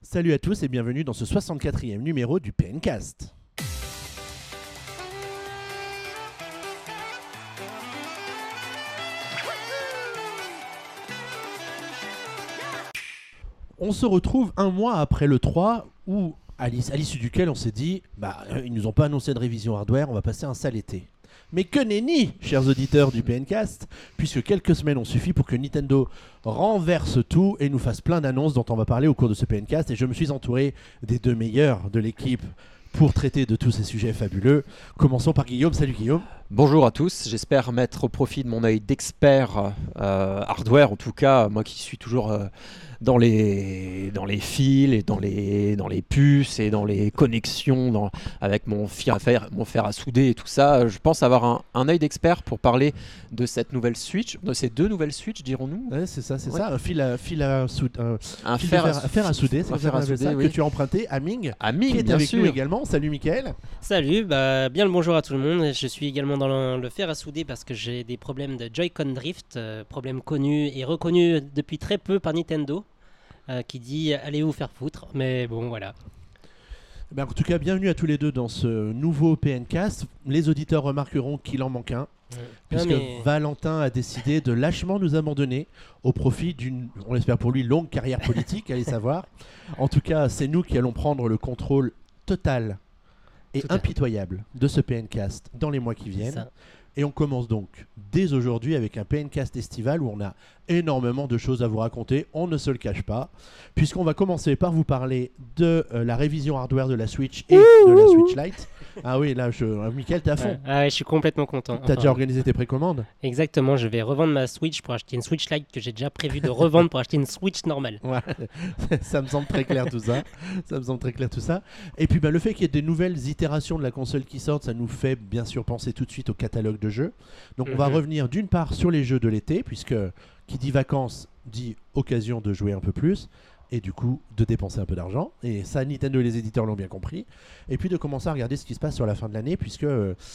Salut à tous et bienvenue dans ce 64e numéro du PNcast. On se retrouve un mois après le 3 où, à l'issue duquel on s'est dit ils nous ont pas annoncé de révision hardware, on va passer un sale été. Mais que nenni, chers auditeurs du PNcast, puisque quelques semaines ont suffi pour que Nintendo renverse tout et nous fasse plein d'annonces dont on va parler au cours de ce PNcast. Et je me suis entouré des deux meilleurs de l'équipe pour traiter de tous ces sujets fabuleux. Commençons par Guillaume. Salut Guillaume. Bonjour à tous, j'espère mettre au profit de mon œil d'expert hardware, en tout cas moi qui suis toujours dans les fils et dans les puces et dans les connexions avec mon fer à souder et tout ça. Je pense avoir un œil d'expert pour parler de cette nouvelle Switch, de ces deux nouvelles Switch, dirons-nous. Ouais, c'est ça, un fil à souder, Un fer à souder, que tu as emprunté à Ming, qui est bien avec sûr. nous également. Salut Mickaël. Salut, bien le bonjour à tout le monde. Je suis également dans le fer à souder parce que j'ai des problèmes de Joy-Con Drift, problème connu et reconnu depuis très peu par Nintendo, qui dit allez vous faire foutre, mais bon voilà. En tout cas, bienvenue à tous les deux dans ce nouveau PNcast. Les auditeurs remarqueront qu'il en manque un, puisque Valentin a décidé de lâchement nous abandonner au profit d'une, on l'espère pour lui, longue carrière politique, allez savoir. En tout cas, c'est nous qui allons prendre le contrôle total et impitoyable de ce PNcast dans les mois qui viennent. Et on commence donc dès aujourd'hui avec un PNcast estival où on a énormément de choses à vous raconter, on ne se le cache pas, puisqu'on va commencer par vous parler de la révision hardware de la Switch et de la Switch Lite. Ah oui, là, Mickaël, t'es à fond. Ouais, je suis complètement content. T'as déjà organisé tes précommandes ? Exactement, je vais revendre ma Switch pour acheter une Switch Lite que j'ai déjà prévu de revendre pour acheter une Switch normale. Ouais, ça me semble très clair tout ça. Et puis le fait qu'il y ait des nouvelles itérations de la console qui sortent, ça nous fait bien sûr penser tout de suite au catalogue de jeux. Donc on va revenir d'une part sur les jeux de l'été, puisque qui dit vacances dit occasion de jouer un peu plus et du coup de dépenser un peu d'argent, et ça Nintendo et les éditeurs l'ont bien compris, et puis de commencer à regarder ce qui se passe sur la fin de l'année, puisque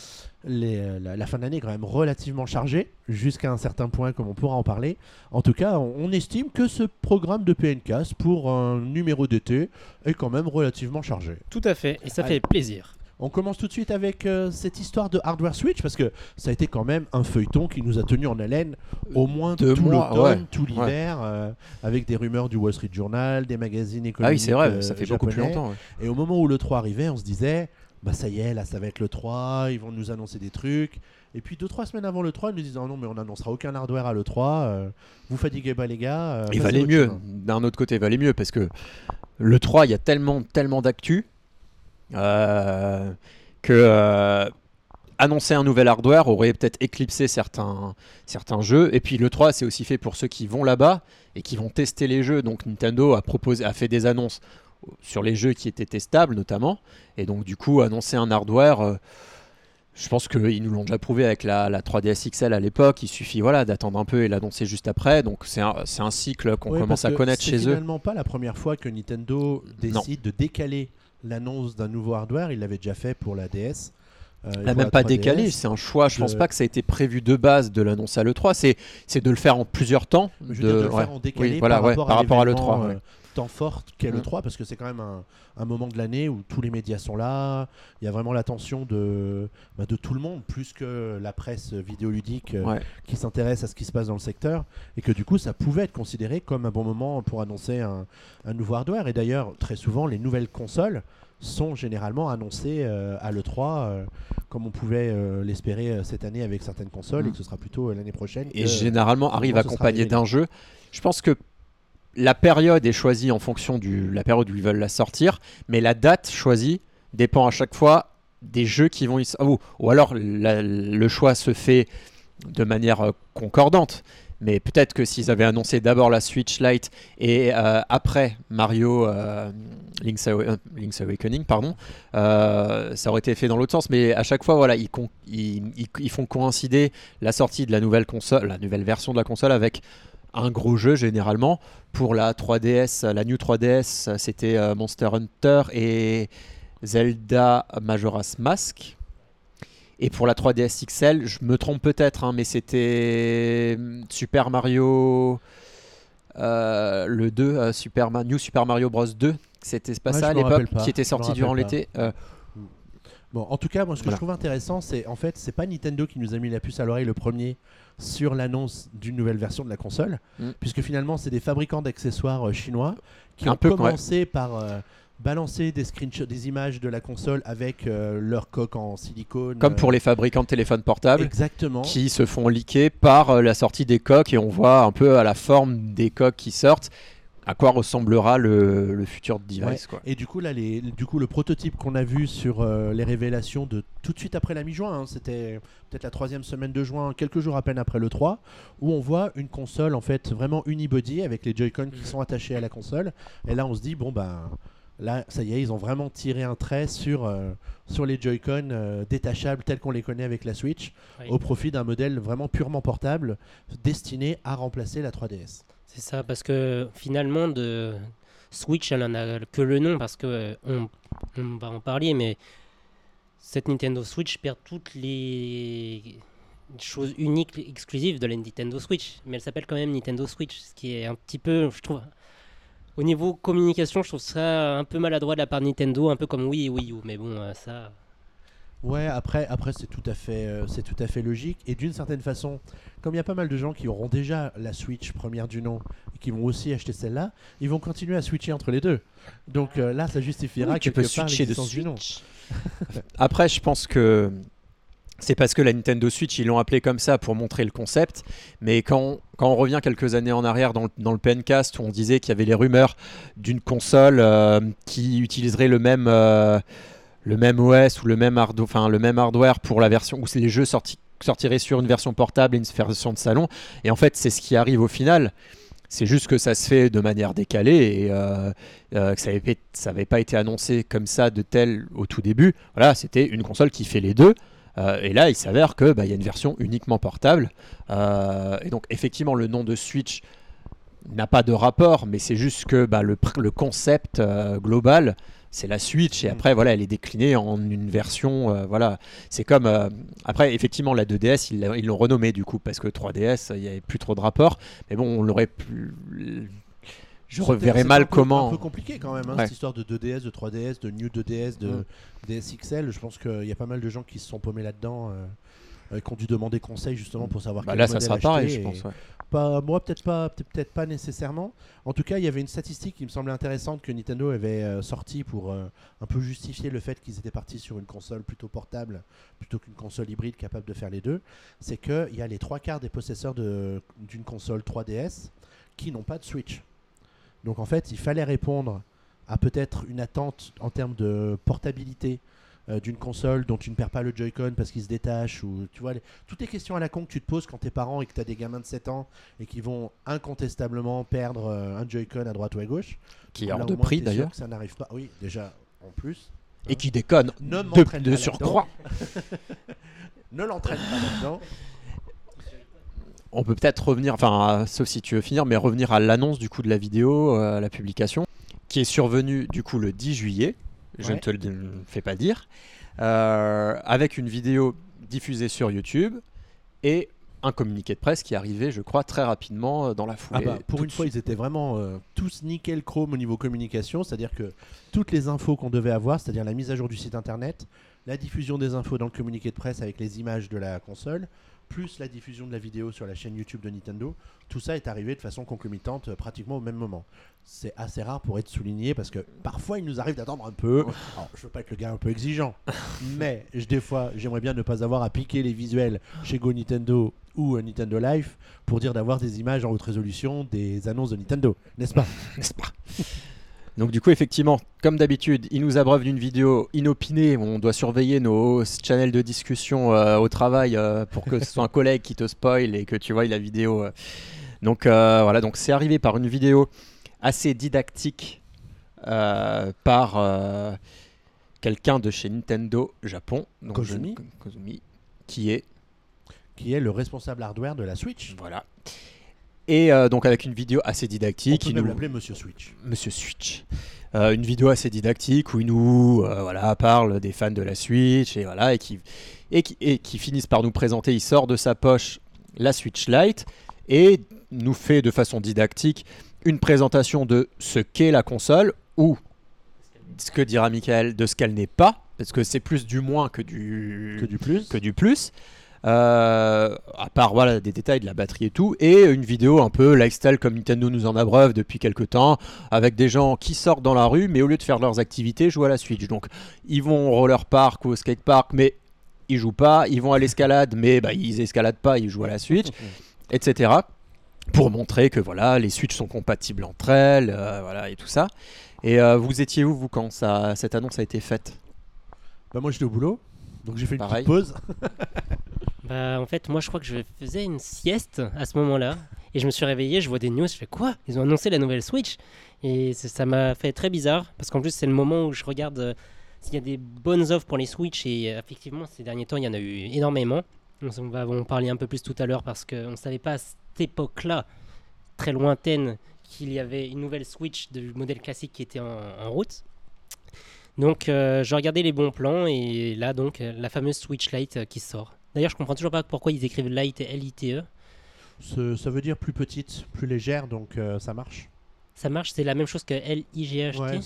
la fin de l'année est quand même relativement chargée jusqu'à un certain point, comme on pourra en parler. En tout cas, on estime que ce programme de PNcast pour un numéro d'été est quand même relativement chargé. Tout à fait, et ça fait plaisir. On commence tout de suite avec cette histoire de hardware Switch, parce que ça a été quand même un feuilleton qui nous a tenu en haleine au moins tout l'automne, tout l'hiver, avec des rumeurs du Wall Street Journal, des magazines économiques. Ah oui, c'est vrai, ça fait japonais. beaucoup plus longtemps. Ouais. Et au moment où le 3 arrivait, on se disait, ça y est, là ça va être le 3, ils vont nous annoncer des trucs. Et puis 2-3 semaines avant le 3, ils nous disaient non mais on n'annoncera aucun hardware à l'E3, vous fatiguez pas les gars. Il valait mieux, d'un autre côté, il valait mieux, parce que le 3, il y a tellement d'actu. Annoncer un nouvel hardware aurait peut-être éclipsé certains jeux, et puis le 3 c'est aussi fait pour ceux qui vont là-bas et qui vont tester les jeux. Donc Nintendo a fait des annonces sur les jeux qui étaient testables notamment, et donc du coup annoncer un hardware, je pense qu'ils nous l'ont déjà prouvé avec la 3DS XL à l'époque. Il suffit d'attendre un peu et l'annoncer juste après. Donc c'est un cycle qu'on commence à connaître chez eux. C'est finalement pas la première fois que Nintendo décide de décaler l'annonce d'un nouveau hardware. Il l'avait déjà fait pour la DS. Même pas décalé, c'est un choix. Je pense pas que ça a été prévu de base de l'annoncer à l'E3. C'est de le faire en plusieurs temps. Je veux dire de le faire en décalé par rapport à l'E3. Temps fort qu'est l'E3, parce que c'est quand même un moment de l'année où tous les médias sont là. Il y a vraiment l'attention de tout le monde, plus que la presse vidéoludique qui s'intéresse à ce qui se passe dans le secteur, et que du coup ça pouvait être considéré comme un bon moment pour annoncer un nouveau hardware. Et d'ailleurs très souvent les nouvelles consoles sont généralement annoncées à l'E3, comme on pouvait l'espérer cette année avec certaines consoles, et que ce sera plutôt l'année prochaine. Et généralement arrive accompagné d'un jeu. Je pense que la période est choisie en fonction de la période où ils veulent la sortir, mais la date choisie dépend à chaque fois des jeux qui vont ou alors le choix se fait de manière concordante. Mais peut-être que s'ils avaient annoncé d'abord la Switch Lite et après Mario Link's Awakening, ça aurait été fait dans l'autre sens. Mais à chaque fois, ils font coïncider la sortie de la nouvelle console, la nouvelle version de la console avec un gros jeu généralement. Pour la 3DS, la New 3DS, c'était Monster Hunter et Zelda Majora's Mask. Et pour la 3DS XL, je me trompe peut-être, mais c'était Super Mario le 2, New Super Mario Bros 2 C'était pas ça à l'époque qui était sorti durant l'été. Bon, en tout cas, moi, ce que je trouve intéressant, c'est en fait, c'est pas Nintendo qui nous a mis la puce à l'oreille le premier sur l'annonce d'une nouvelle version de la console, puisque finalement, c'est des fabricants d'accessoires chinois qui ont commencé par balancer des screenshots, des images de la console avec leur coque en silicone. Comme pour les fabricants de téléphones portables. Exactement. Qui se font leaker par la sortie des coques et on voit un peu à la forme des coques qui sortent à quoi ressemblera le futur device. Quoi. Et du coup, là, le prototype qu'on a vu sur les révélations de tout de suite après la mi-juin, c'était peut-être la 3e semaine de juin, quelques jours à peine après le 3, où on voit une console en fait vraiment unibody avec les Joy-Con qui sont attachés à la console. Et là, on se dit, bon ben... Là, ça y est, ils ont vraiment tiré un trait sur les Joy-Con détachables tels qu'on les connaît avec la Switch, au profit d'un modèle vraiment purement portable destiné à remplacer la 3DS. C'est ça, parce que finalement, de Switch, elle en a que le nom, parce que on va en parler, mais cette Nintendo Switch perd toutes les choses uniques, exclusives de la Nintendo Switch, mais elle s'appelle quand même Nintendo Switch, ce qui est un petit peu, je trouve... Au niveau communication, je trouve ça un peu maladroit de la part de Nintendo, un peu comme Wii et Wii U, mais bon, ça... Ouais, après c'est tout à fait logique. Et d'une certaine façon, comme il y a pas mal de gens qui auront déjà la Switch première du nom et qui vont aussi acheter celle-là, ils vont continuer à switcher entre les deux. Donc là, ça justifiera tu peux switcher de du nom. Après, je pense que c'est parce que la Nintendo Switch, ils l'ont appelé comme ça pour montrer le concept. Mais quand on revient quelques années en arrière dans le PNcast où on disait qu'il y avait les rumeurs d'une console qui utiliserait le même OS ou le même hardware pour la version où les jeux sortiraient sur une version portable et une version de salon. Et en fait, c'est ce qui arrive au final. C'est juste que ça se fait de manière décalée et que ça n'avait pas été annoncé comme ça de tel au tout début. Voilà, c'était une console qui fait les deux. Et là, il s'avère que y a une version uniquement portable. Et donc, effectivement, le nom de Switch n'a pas de rapport, mais c'est juste que le concept global, c'est la Switch. Et après, voilà, elle est déclinée en une version. Voilà. C'est comme... après, effectivement, la 2DS, ils l'ont renommée du coup, parce que 3DS, il n'y avait plus trop de rapport. Mais bon, on l'aurait plus... Je reverrai mal comment. C'est un peu compliqué quand même, cette histoire de 2DS, de 3DS, de New 2DS, de DS XL. Je pense qu'il y a pas mal de gens qui se sont paumés là-dedans, qui ont dû demander conseil justement pour savoir quel là, modèle ça sera acheter. pareil, je pense. Ouais. Moi, peut-être pas nécessairement. En tout cas, il y avait une statistique qui me semblait intéressante que Nintendo avait sortie pour un peu justifier le fait qu'ils étaient partis sur une console plutôt portable plutôt qu'une console hybride capable de faire les deux. C'est qu'il y a les 3/4 des possesseurs d'une console 3DS qui n'ont pas de Switch. Donc en fait, il fallait répondre à peut-être une attente en termes de portabilité d'une console dont tu ne perds pas le Joy-Con parce qu'il se détache, ou tu vois, toutes les questions à la con que tu te poses quand t'es parent et que t'as des gamins de 7 ans et qui vont incontestablement perdre un Joy-Con à droite ou à gauche. Qui est hors de prix d'ailleurs. Que ça n'arrive pas. Oui, déjà, en plus. Et qui déconne de surcroît. Ne l'entraîne pas là-dedans. On peut peut-être revenir, sauf si tu veux finir, mais revenir à l'annonce du coup de la vidéo, à la publication, qui est survenue du coup le 10 juillet, je ne te le fais pas dire, avec une vidéo diffusée sur YouTube et un communiqué de presse qui est arrivé, je crois, très rapidement dans la foulée. Pour une fois, ils étaient vraiment tous nickel chrome au niveau communication, c'est-à-dire que toutes les infos qu'on devait avoir, c'est-à-dire la mise à jour du site internet, la diffusion des infos dans le communiqué de presse avec les images de la console, plus la diffusion de la vidéo sur la chaîne YouTube de Nintendo, tout ça est arrivé de façon concomitante pratiquement au même moment. C'est assez rare pour être souligné parce que parfois il nous arrive d'attendre un peu. Alors, je veux pas être le gars un peu exigeant, mais des fois j'aimerais bien ne pas avoir à piquer les visuels chez Go Nintendo ou Nintendo Life pour dire d'avoir des images en haute résolution des annonces de Nintendo, n'est-ce pas? N'est-ce pas? Donc du coup, effectivement, comme d'habitude, il nous abreuve d'une vidéo inopinée où on doit surveiller nos channels de discussion au travail pour que ce soit un collègue qui te spoil et que tu vois la vidéo. Donc voilà, donc c'est arrivé par une vidéo assez didactique par quelqu'un de chez Nintendo Japon, donc Kozumi, qui est le responsable hardware de la Switch. Voilà. Et donc avec une vidéo assez didactique. On peut même l'appeler Monsieur Switch. Monsieur Switch. Une vidéo assez didactique où il nous parle des fans de la Switch et qui finissent par nous présenter. Il sort de sa poche la Switch Lite et nous fait de façon didactique une présentation de ce qu'est la console, où ce que dira Michael, de ce qu'elle n'est pas, parce que c'est plus du moins que du plus. À part des détails de la batterie et tout, et une vidéo un peu lifestyle comme Nintendo nous en abreuve depuis quelques temps, avec des gens qui sortent dans la rue, mais au lieu de faire leurs activités, jouent à la Switch. Donc ils vont au roller park ou au skate park, mais ils jouent pas. Ils vont à l'escalade, mais ils escaladent pas, ils jouent à la Switch, etc. Pour montrer que les Switch sont compatibles entre elles, et tout ça. Et vous étiez où, vous, quand cette annonce a été faite? Moi j'étais au boulot, donc j'ai fait une petite pause. En fait, moi je crois que je faisais une sieste à ce moment-là et je me suis réveillé, je vois des news, je fais quoi? Ils ont annoncé la nouvelle Switch et ça m'a fait très bizarre parce qu'en plus c'est le moment où je regarde s'il y a des bonnes offres pour les Switch et effectivement ces derniers temps il y en a eu énormément. On va en parler un peu plus tout à l'heure parce qu'on ne savait pas à cette époque-là, très lointaine, qu'il y avait une nouvelle Switch du modèle classique qui était en route. Donc je regardais les bons plans et là donc la fameuse Switch Lite qui sort. D'ailleurs, je comprends toujours pas pourquoi ils écrivent Lite et Lite. Ça veut dire plus petite, plus légère, donc ça marche. Ça marche, c'est la même chose que LIGHT. Ouais,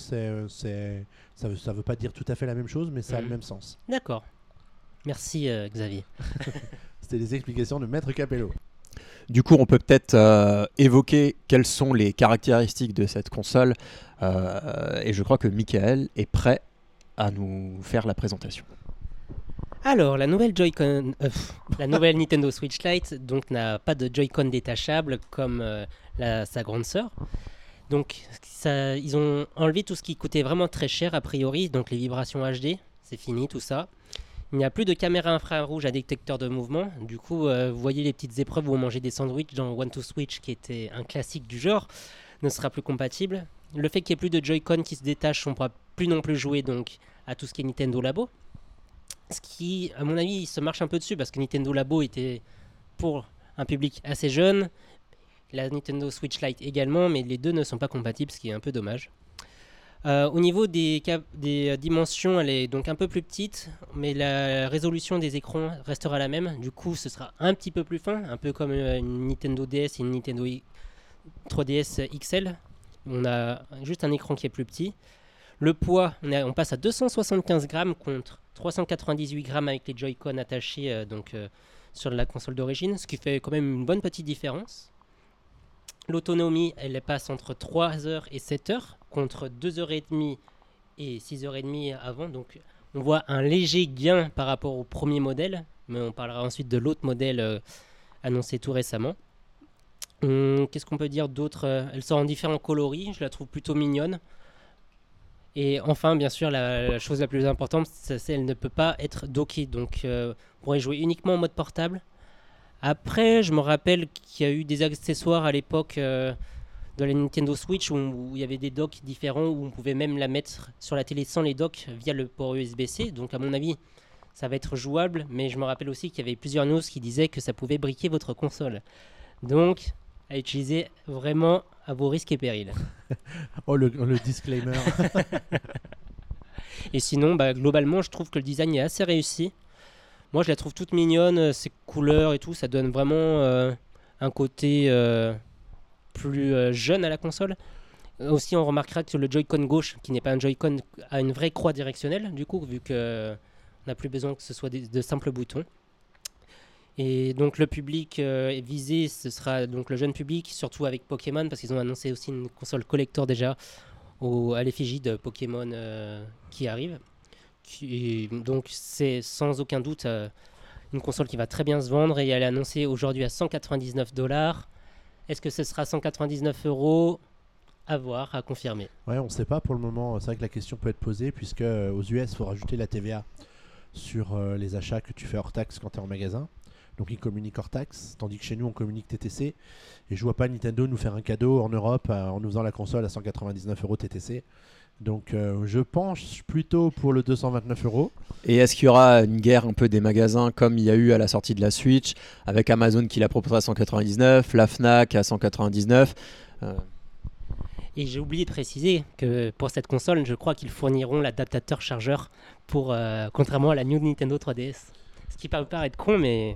ça veut pas dire tout à fait la même chose, mais ça a le même sens. D'accord. Merci Xavier. C'était les explications de Maître Capello. Du coup, on peut peut-être évoquer quelles sont les caractéristiques de cette console. Et je crois que Michael est prêt à nous faire la présentation. Alors, la nouvelle Nintendo Switch Lite donc n'a pas de Joy-Con détachable comme sa grande sœur. Donc, ils ont enlevé tout ce qui coûtait vraiment très cher a priori, donc les vibrations HD, c'est fini tout ça. Il n'y a plus de caméra infrarouge à détecteur de mouvement. Du coup, vous voyez les petites épreuves où on mangeait des sandwichs dans One to Switch, qui était un classique du genre, ne sera plus compatible. Le fait qu'il n'y ait plus de Joy-Con qui se détachent, on ne pourra plus non plus jouer donc à tout ce qui est Nintendo Labo. Ce qui, à mon avis, se marche un peu dessus parce que Nintendo Labo était pour un public assez jeune. La Nintendo Switch Lite également, mais les deux ne sont pas compatibles, ce qui est un peu dommage. Au niveau des dimensions, elle est donc un peu plus petite, mais la résolution des écrans restera la même. Du coup, ce sera un petit peu plus fin, un peu comme une Nintendo DS et une Nintendo 3DS XL. On a juste un écran qui est plus petit. Le poids, on passe à 275 grammes contre 398 grammes avec les Joy-Con attachés sur la console d'origine, ce qui fait quand même une bonne petite différence. L'autonomie, elle passe entre 3 heures et 7 heures, contre 2h30 et 6h30 avant. Donc on voit un léger gain par rapport au premier modèle, mais on parlera ensuite de l'autre modèle annoncé tout récemment. Qu'est-ce qu'on peut dire d'autre? Elle sort en différents coloris, je la trouve plutôt mignonne. Et enfin, bien sûr, la chose la plus importante, c'est qu'elle ne peut pas être dockée. Donc, vous pourrez jouer uniquement en mode portable. Après, je me rappelle qu'il y a eu des accessoires à l'époque de la Nintendo Switch où il y avait des docks différents, où on pouvait même la mettre sur la télé sans les docks via le port USB-C. Donc, à mon avis, ça va être jouable. Mais je me rappelle aussi qu'il y avait plusieurs news qui disaient que ça pouvait briquer votre console. Donc, à utiliser vraiment à vos risques et périls. Oh, le disclaimer. Et sinon, globalement, je trouve que le design est assez réussi. Moi, je la trouve toute mignonne, ses couleurs et tout, ça donne vraiment un côté plus jeune à la console. Aussi, on remarquera que le Joy-Con gauche, qui n'est pas un Joy-Con, a une vraie croix directionnelle, du coup, vu qu'on n'a plus besoin que ce soit de simples boutons. Et donc le public visé, ce sera donc le jeune public, surtout avec Pokémon, parce qu'ils ont annoncé aussi une console collector déjà à l'effigie de Pokémon qui arrive. Donc c'est sans aucun doute une console qui va très bien se vendre et elle est annoncée aujourd'hui à $199. Est-ce que ce sera 199 € ? À voir, à confirmer. Ouais, on ne sait pas pour le moment. C'est vrai que la question peut être posée puisque aux US, il faut rajouter la TVA sur les achats que tu fais hors taxe quand tu es en magasin. Donc ils communiquent hors taxe, tandis que chez nous on communique TTC. Et je vois pas Nintendo nous faire un cadeau en Europe en nous faisant la console à 199 € TTC. Donc je penche plutôt pour le 229 €. Et est-ce qu'il y aura une guerre un peu des magasins comme il y a eu à la sortie de la Switch, avec Amazon qui la proposera à 199, la Fnac à 199 Et j'ai oublié de préciser que pour cette console, je crois qu'ils fourniront l'adaptateur chargeur pour, contrairement à la New Nintendo 3DS. Ce qui peut paraître con, mais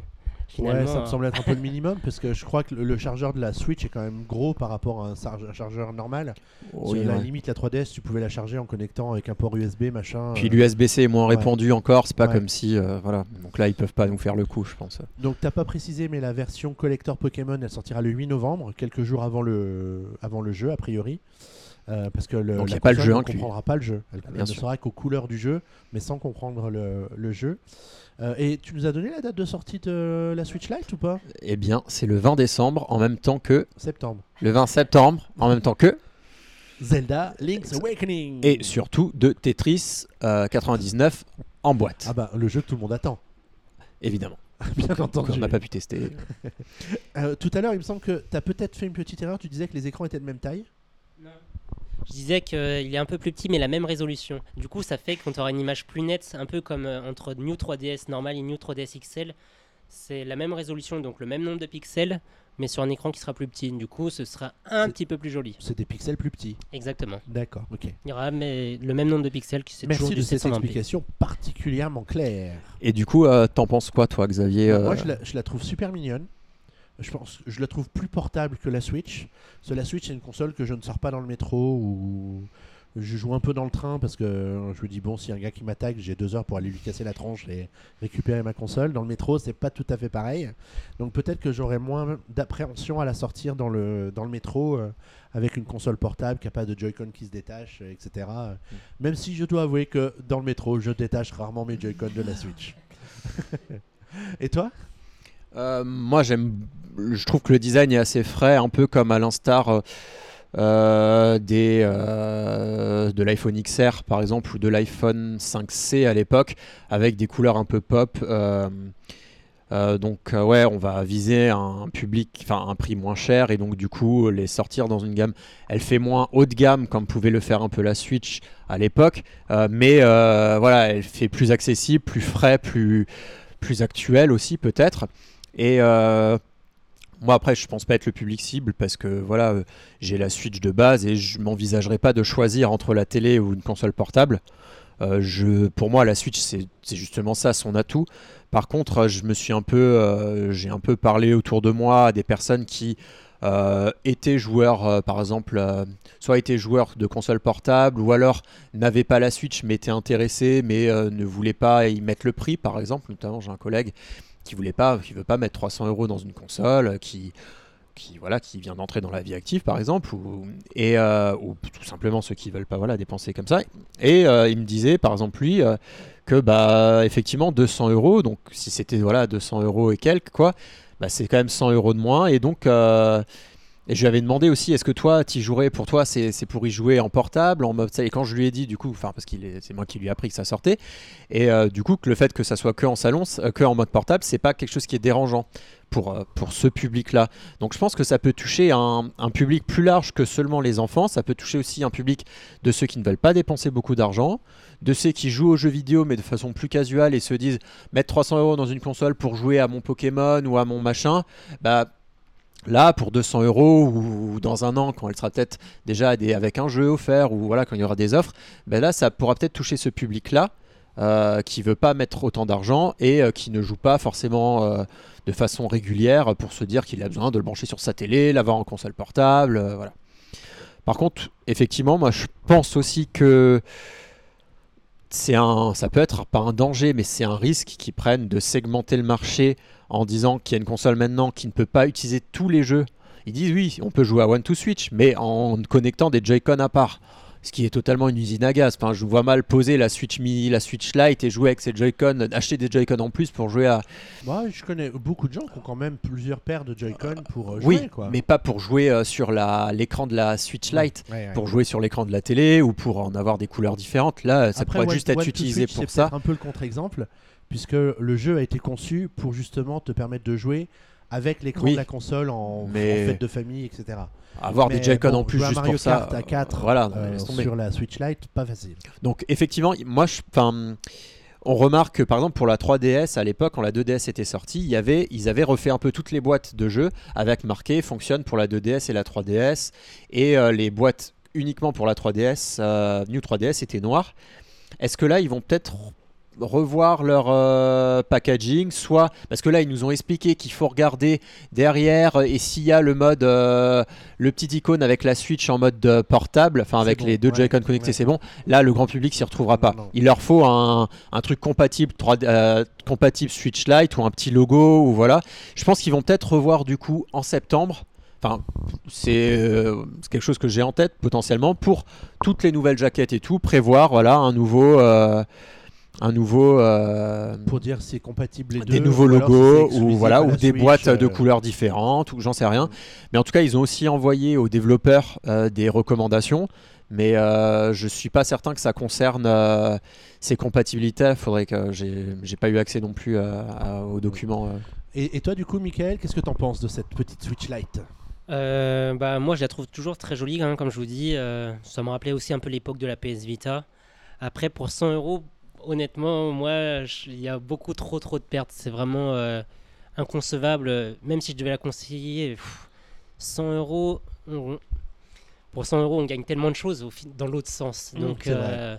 finalement. Ouais, ça me semble être un peu le minimum parce que je crois que le chargeur de la Switch est quand même gros par rapport à un chargeur normal. Oui, la limite, la 3DS, tu pouvais la charger en connectant avec un port USB, machin. Puis l'USB-C est moins répandu encore, c'est pas Ouais. comme si. Voilà. Donc là, ils peuvent pas nous faire le coup, je pense. Donc t'as pas précisé, mais la version collector Pokémon, elle sortira le 8 novembre, quelques jours avant le jeu, a priori. Parce que Donc il n'y la a pas le console jeu ne inclus. comprendra pas le jeu. Elle Bien ne sûr. sera qu'aux couleurs du jeu, mais sans comprendre le jeu. Et tu nous as donné la date de sortie de la Switch Lite ou pas? Eh bien, c'est le 20 décembre, en même temps que. Septembre. Le 20 septembre, en même temps que. Zelda Link's Awakening. Et surtout de Tetris 99 en boîte. Ah bah, le jeu que tout le monde attend. Évidemment. Bien Donc, entendu. on n'a pas pu tester. Tout à l'heure, il me semble que tu as peut-être fait une petite erreur. Tu disais que les écrans étaient de même taille. Non. Je disais qu'il est un peu plus petit, mais la même résolution. Du coup, ça fait qu'on aura une image plus nette, un peu comme entre New 3DS normal et New 3DS XL. C'est la même résolution, donc le même nombre de pixels, mais sur un écran qui sera plus petit. Du coup, ce sera un petit peu plus joli. C'est des pixels plus petits. Exactement. D'accord, ok. Il y aura le même nombre de pixels qui c'est toujours Merci du de cette 720p. explication particulièrement claire. Et du coup, t'en penses quoi, toi, Xavier Moi, je la trouve super mignonne. Je la trouve plus portable que la Switch. Parce que la Switch, c'est une console que je ne sors pas dans le métro ou je joue un peu dans le train parce que je me dis, bon, s'il y a un gars qui m'attaque, j'ai 2 heures pour aller lui casser la tronche et récupérer ma console. Dans le métro, c'est pas tout à fait pareil. Donc peut-être que j'aurai moins d'appréhension à la sortir dans le métro avec une console portable qui n'a pas de Joy-Con qui se détache, etc. Même si je dois avouer que dans le métro, je détache rarement mes Joy-Con de la Switch. Et toi ? Moi, je trouve que le design est assez frais, un peu comme à l'instar de l'iPhone XR par exemple ou de l'iPhone 5C à l'époque, avec des couleurs un peu pop. Donc ouais, on va viser un public, enfin un prix moins cher, et donc du coup les sortir dans une gamme, elle fait moins haut de gamme comme pouvait le faire un peu la Switch à l'époque, mais voilà, elle fait plus accessible, plus frais, plus actuel aussi peut-être. Et moi après, je pense pas être le public cible parce que voilà, j'ai la Switch de base et je m'envisagerais pas de choisir entre la télé ou une console portable. Pour moi, la Switch, c'est justement ça, son atout. Par contre, j'ai un peu parlé autour de moi à des personnes qui étaient joueurs, par exemple, soit étaient joueurs de console portable, ou alors n'avaient pas la Switch mais étaient intéressés, mais ne voulaient pas y mettre le prix, par exemple. Notamment, j'ai un collègue qui veut pas mettre 300 € dans une console, qui vient d'entrer dans la vie active par exemple, ou tout simplement ceux qui veulent pas dépenser comme ça. Et il me disait par exemple lui que effectivement 200 €, donc si c'était 200 € et quelques quoi, c'est quand même 100 € de moins. Et donc et je lui avais demandé aussi, est-ce que toi t'y jouerais, pour toi c'est pour y jouer en portable, en mode, et quand je lui ai dit du coup, parce que c'est moi qui lui ai appris que ça sortait, et du coup que le fait que ça soit que en salon, que en mode portable, c'est pas quelque chose qui est dérangeant pour ce public-là. Donc je pense que ça peut toucher un public plus large que seulement les enfants. Ça peut toucher aussi un public de ceux qui ne veulent pas dépenser beaucoup d'argent, de ceux qui jouent aux jeux vidéo mais de façon plus casuale et se disent mettre 300 € dans une console pour jouer à mon Pokémon ou à mon machin, là pour 200 € ou dans un an quand elle sera peut-être déjà avec un jeu offert, ou quand il y aura des offres, là ça pourra peut-être toucher ce public-là. Qui veut pas mettre autant d'argent et qui ne joue pas forcément de façon régulière pour se dire qu'il a besoin de le brancher sur sa télé, l'avoir en console portable, voilà. Par contre, effectivement, moi je pense aussi que ça peut être pas un danger, mais c'est un risque qu'ils prennent de segmenter le marché en disant qu'il y a une console maintenant qui ne peut pas utiliser tous les jeux. Ils disent oui, on peut jouer à One to Switch, mais en connectant des Joy-Con à part. Ce qui est totalement une usine à gaz. Je vois mal poser la Switch Mini, la Switch Lite et jouer avec ces Joy-Con, acheter des Joy-Con en plus pour jouer à... Moi, je connais beaucoup de gens qui ont quand même plusieurs paires de Joy-Con pour jouer. Oui, quoi. Mais pas pour jouer sur l'écran de la Switch Lite, pour jouer sur l'écran de la télé ou pour en avoir des couleurs différentes. Là, ça pourrait juste être utilisé pour ça. C'est un peu le contre-exemple, puisque le jeu a été conçu pour justement te permettre de jouer avec l'écran de la console en fête de famille, etc. Avoir des Joy-Con en plus juste Mario pour ça. Kart à 4 sur la Switch Lite, pas facile. Donc effectivement, moi on remarque que par exemple pour la 3DS à l'époque, quand la 2DS était sortie, ils avaient refait un peu toutes les boîtes de jeux avec marqué fonctionne pour la 2DS et la 3DS, et les boîtes uniquement pour la 3DS, New 3DS étaient noires. Est-ce que là ils vont peut-être revoir leur packaging, soit parce que là ils nous ont expliqué qu'il faut regarder derrière et s'il y a le mode le petit icône avec la Switch en mode portable, enfin avec les deux Joy-Con connectés, c'est bon. Là le grand public s'y retrouvera pas. Non. Il leur faut un truc compatible compatible Switch Lite ou un petit logo ou voilà. Je pense qu'ils vont peut-être revoir du coup en septembre. Enfin, c'est quelque chose que j'ai en tête potentiellement pour toutes les nouvelles jaquettes et tout, prévoir voilà un nouveau pour dire c'est compatible les deux, des nouveaux logos ou voilà ou des boîtes de couleurs différentes ou j'en sais rien. Mais en tout cas, ils ont aussi envoyé aux développeurs des recommandations. Mais je suis pas certain que ça concerne ces compatibilités. Faudrait que j'ai pas eu accès non plus aux documents. Et toi du coup, Michael, qu'est-ce que t'en penses de cette petite Switch Lite? Moi je la trouve toujours très jolie hein, comme je vous dis, ça me rappelait aussi un peu l'époque de la PS Vita. Après pour 100€, honnêtement moi il y a beaucoup trop de pertes, c'est vraiment inconcevable, même si je devais la conseiller. 100€, pour 100€ on gagne tellement de choses dans l'autre sens, donc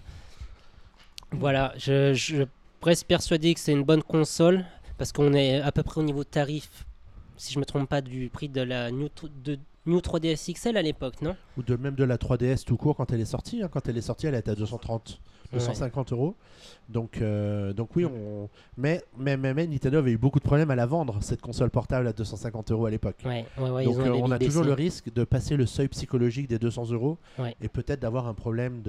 voilà, je reste persuadé que c'est une bonne console parce qu'on est à peu près au niveau tarif, si je me trompe pas, du prix de la New 3DS XL à l'époque, non? Ou même de la 3DS tout court quand elle est sortie. Quand elle est sortie, elle était à 250 €. Donc oui, mais Nintendo avait eu beaucoup de problèmes à la vendre, cette console portable à 250 € à l'époque. Donc on a toujours le risque de passer le seuil psychologique des 200 € et peut-être d'avoir un problème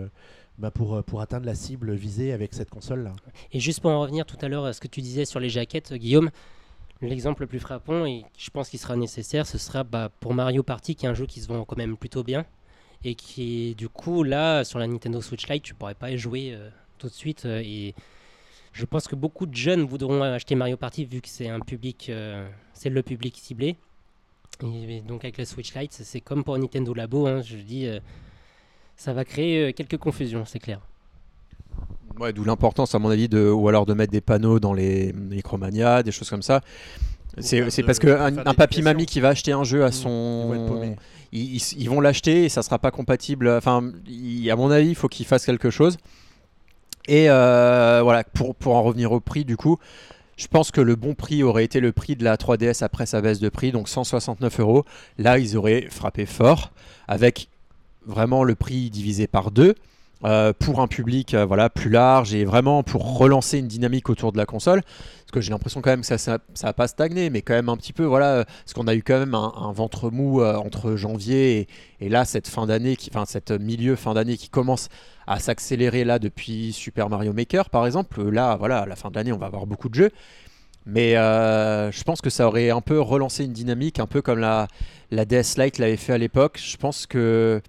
pour atteindre la cible visée avec cette console-là. Et juste pour en revenir tout à l'heure à ce que tu disais sur les jaquettes, Guillaume, l'exemple le plus frappant, et je pense qu'il sera nécessaire, ce sera pour Mario Party, qui est un jeu qui se vend quand même plutôt bien, et qui, du coup, là, sur la Nintendo Switch Lite, tu pourrais pas y jouer tout de suite. Et je pense que beaucoup de jeunes voudront acheter Mario Party, vu que c'est c'est le public ciblé. Et donc, avec la Switch Lite, c'est comme pour Nintendo Labo, hein, je dis, ça va créer quelques confusions, c'est clair. Ouais, d'où l'importance à mon avis ou alors de mettre des panneaux dans les Micromania, des choses comme ça. C'est parce qu'un papy-mamie qui va acheter un jeu à son... Ils vont l'acheter et ça sera pas compatible. Enfin, à mon avis, il faut qu'ils fassent quelque chose. Et voilà, pour en revenir au prix du coup, je pense que le bon prix aurait été le prix de la 3DS après sa baisse de prix, donc 169 €. Là, ils auraient frappé fort avec vraiment le prix divisé par 2. Pour un public plus large et vraiment pour relancer une dynamique autour de la console, parce que j'ai l'impression quand même que ça a pas stagné, mais quand même un petit peu parce qu'on a eu quand même un ventre mou entre janvier et là cette cette milieu fin d'année qui commence à s'accélérer là depuis Super Mario Maker par exemple. Là voilà, à la fin de l'année on va avoir beaucoup de jeux, mais je pense que ça aurait un peu relancé une dynamique, un peu comme la DS Lite l'avait fait à l'époque. Je pense que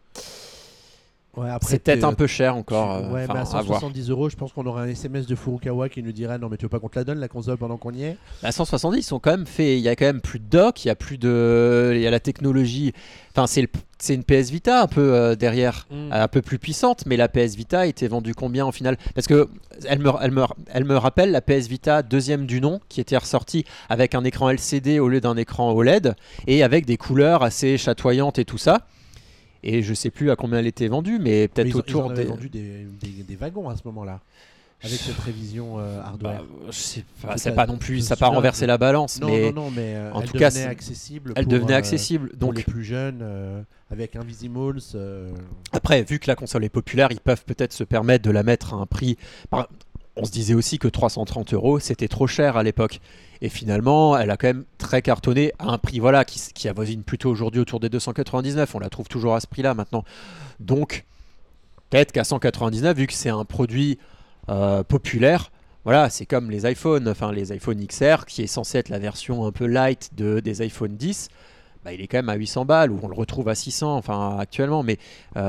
c'est peut-être un peu cher encore. À 170 €, je pense qu'on aura un SMS de Furukawa qui nous dirait non mais tu veux pas qu'on te la donne la console pendant qu'on y est. À 170 ils sont quand même fait, il y a quand même plus de dock, il y a la technologie. Enfin c'est une PS Vita un peu derrière, un peu plus puissante, mais la PS Vita était vendue combien au final? Parce que elle me rappelle la PS Vita deuxième du nom qui était ressortie avec un écran LCD au lieu d'un écran OLED et avec des couleurs assez chatoyantes et tout ça. Et je sais plus à combien elle était vendue, mais peut-être autour des... Ils ont vendu des wagons à ce moment-là, avec cette révision hardware. C'est pas non plus, ça n'a pas renversé la balance. Non, mais en tout cas, elle devenait accessible donc, pour les plus jeunes, avec Invisimals. Après, vu que la console est populaire, ils peuvent peut-être se permettre de la mettre à un prix... On se disait aussi que 330 € c'était trop cher à l'époque. Et finalement, elle a quand même très cartonné à un prix qui avoisine plutôt aujourd'hui autour des 299. On la trouve toujours à ce prix-là maintenant. Donc, peut-être qu'à 199, vu que c'est un produit populaire, voilà, c'est comme les iPhones, les iPhone XR, qui est censé être la version un peu light des iPhone 10. Il est quand même à 800 balles, ou on le retrouve à 600 actuellement. Mais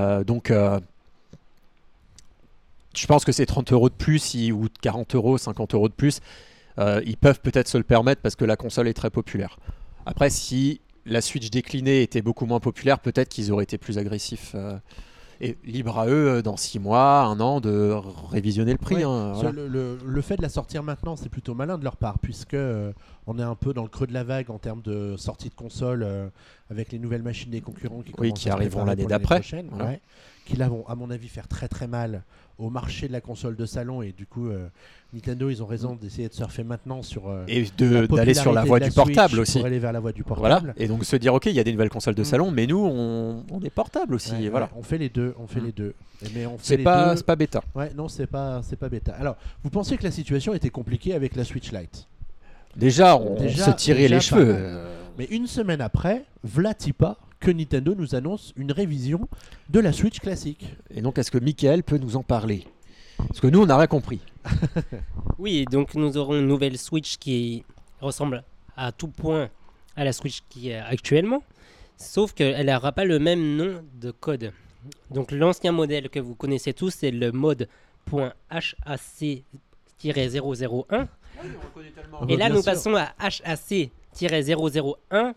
je pense que c'est 30 € de plus ou 40 €, 50 € de plus. Ils peuvent peut-être se le permettre parce que la console est très populaire. Après, si la Switch déclinée était beaucoup moins populaire, peut-être qu'ils auraient été plus agressifs. Et libre à eux, dans 6 mois, 1 an, de révisionner le prix. Ouais, le fait de la sortir maintenant, c'est plutôt malin de leur part, puisque on est un peu dans le creux de la vague en termes de sortie de console, avec les nouvelles machines des concurrents qui arriveront l'année d'après. Ouais. qui là vont à mon avis faire très très mal au marché de la console de salon, et du coup Nintendo ils ont raison d'essayer de surfer maintenant sur et d'aller sur la voie du portable aussi, pour aller vers la voie du portable. Voilà. Et donc se dire ok, il y a des nouvelles consoles de salon, mais nous on est portable aussi. Ouais, voilà. Ouais, on fait les deux, mais c'est pas bêta. Ouais, non, c'est pas bêta. Alors, vous pensiez que la situation était compliquée avec la Switch Lite? Déjà, on se tirait les cheveux. Mais une semaine après, Vlatipa que Nintendo nous annonce une révision de la Switch classique. Et donc, est-ce que Mickaël peut nous en parler? Parce que nous, on n'a rien compris. Oui, donc nous aurons une nouvelle Switch qui ressemble à tout point à la Switch qui est actuellement, sauf qu'elle n'aura pas le même nom de code. Donc l'ancien modèle que vous connaissez tous, c'est le mode .HAC-001. Et là, nous passons à HAC-001-01.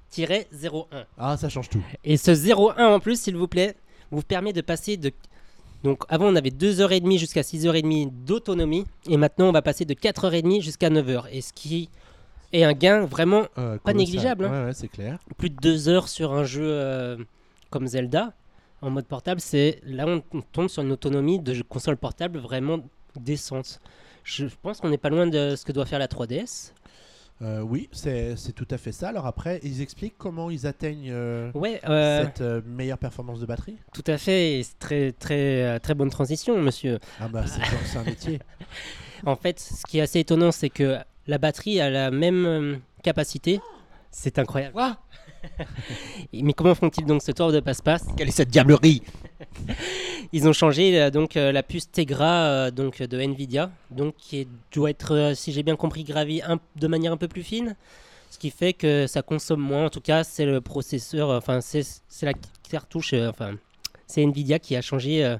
Ah, ça change tout. Et ce 01 en plus, s'il vous plaît, vous permet de passer de... Donc avant, on avait 2h30 jusqu'à 6h30 d'autonomie. Et maintenant, on va passer de 4h30 jusqu'à 9h. Et ce qui est un gain vraiment pas négligeable. Ouais, c'est clair. Plus de 2 heures sur un jeu comme Zelda, en mode portable. Là, on tombe sur une autonomie de console portable vraiment décente. Je pense qu'on n'est pas loin de ce que doit faire la 3DS. Oui, c'est tout à fait ça. Alors après, ils expliquent comment ils atteignent cette meilleure performance de batterie. Tout à fait, et c'est très bonne transition, monsieur. Ah bah c'est un métier. En fait, ce qui est assez étonnant, c'est que la batterie a la même capacité. C'est incroyable. Mais comment font-ils donc ce tour de passe-passe? Quelle est cette diablerie? Ils ont changé la puce Tegra de Nvidia, donc qui doit être, si j'ai bien compris, gravée de manière un peu plus fine, ce qui fait que ça consomme moins. En tout cas, c'est le processeur, c'est la cartouche, c'est Nvidia qui a changé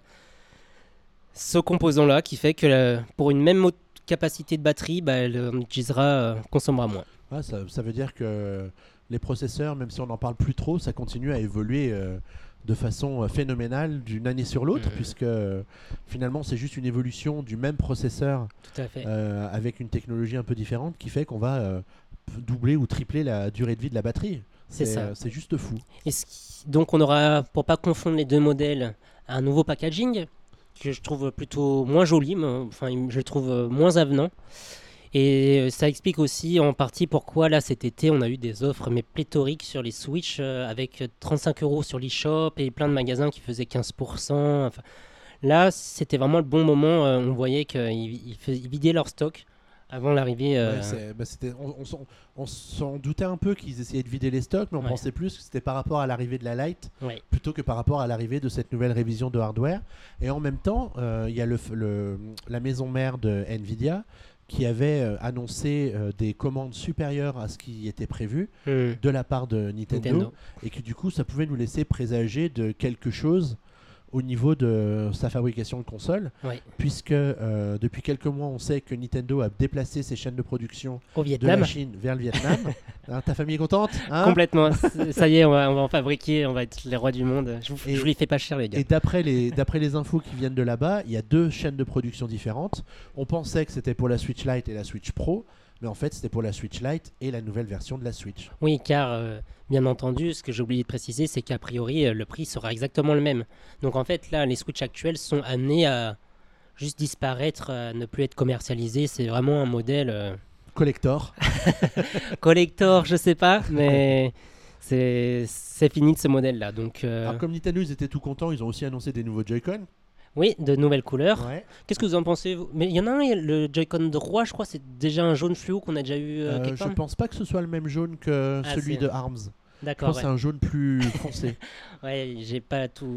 ce composant-là, qui fait que pour une même capacité de batterie, elle consommera moins. Ah, ça veut dire que les processeurs, même si on n'en parle plus trop, ça continue à évoluer de façon phénoménale d'une année sur l'autre, puisque finalement c'est juste une évolution du même processeur. Tout à fait. Avec une technologie un peu différente qui fait qu'on va doubler ou tripler la durée de vie de la batterie. C'est ça. C'est juste fou. Donc on aura, pour pas confondre les deux modèles, un nouveau packaging que je trouve plutôt moins joli, je le trouve moins avenant. Et ça explique aussi en partie pourquoi là cet été on a eu des offres pléthoriques sur les Switch avec 35 € sur l'eShop et plein de magasins qui faisaient 15%. Là c'était vraiment le bon moment, on voyait qu'ils vidaient leur stock avant l'arrivée. On s'en doutait un peu qu'ils essayaient de vider les stocks, mais on pensait plus que c'était par rapport à l'arrivée de la Lite plutôt que par rapport à l'arrivée de cette nouvelle révision de hardware. Et en même temps, il y a la maison mère de Nvidia qui avait annoncé des commandes supérieures à ce qui était prévu de la part de Nintendo, et que du coup ça pouvait nous laisser présager de quelque chose au niveau de sa fabrication de consoles, puisque depuis quelques mois on sait que Nintendo a déplacé ses chaînes de production de la Chine vers le Vietnam. Ta famille est contente, hein? Complètement, ça y est, on va en fabriquer, on va être les rois du monde. Je les fais pas cher les gars. Et d'après les infos qui viennent de là-bas, il y a 2 chaînes de production différentes. On pensait que c'était pour la Switch Lite et la Switch Pro, mais en fait c'était pour la Switch Lite et la nouvelle version de la Switch. Oui, car bien entendu, ce que j'ai oublié de préciser, c'est qu'a priori le prix sera exactement le même. Donc en fait là, les Switch actuels sont amenés à juste disparaître, à ne plus être commercialisés. C'est vraiment un modèle collector. Collector, je sais pas, mais c'est fini de ce modèle-là. Donc alors comme Nintendo, ils étaient tout contents, ils ont aussi annoncé des nouveaux Joy-Con. Oui, de nouvelles couleurs. Ouais. Qu'est-ce que vous en pensez, vous? Mais il y en a un, le Joy-Con droit, je crois, c'est déjà un jaune fluo qu'on a déjà eu quelque part. Je pense pas que ce soit le même jaune que celui de ARMS. D'accord. Je pense que c'est un jaune plus foncé. Ouais, j'ai pas tout.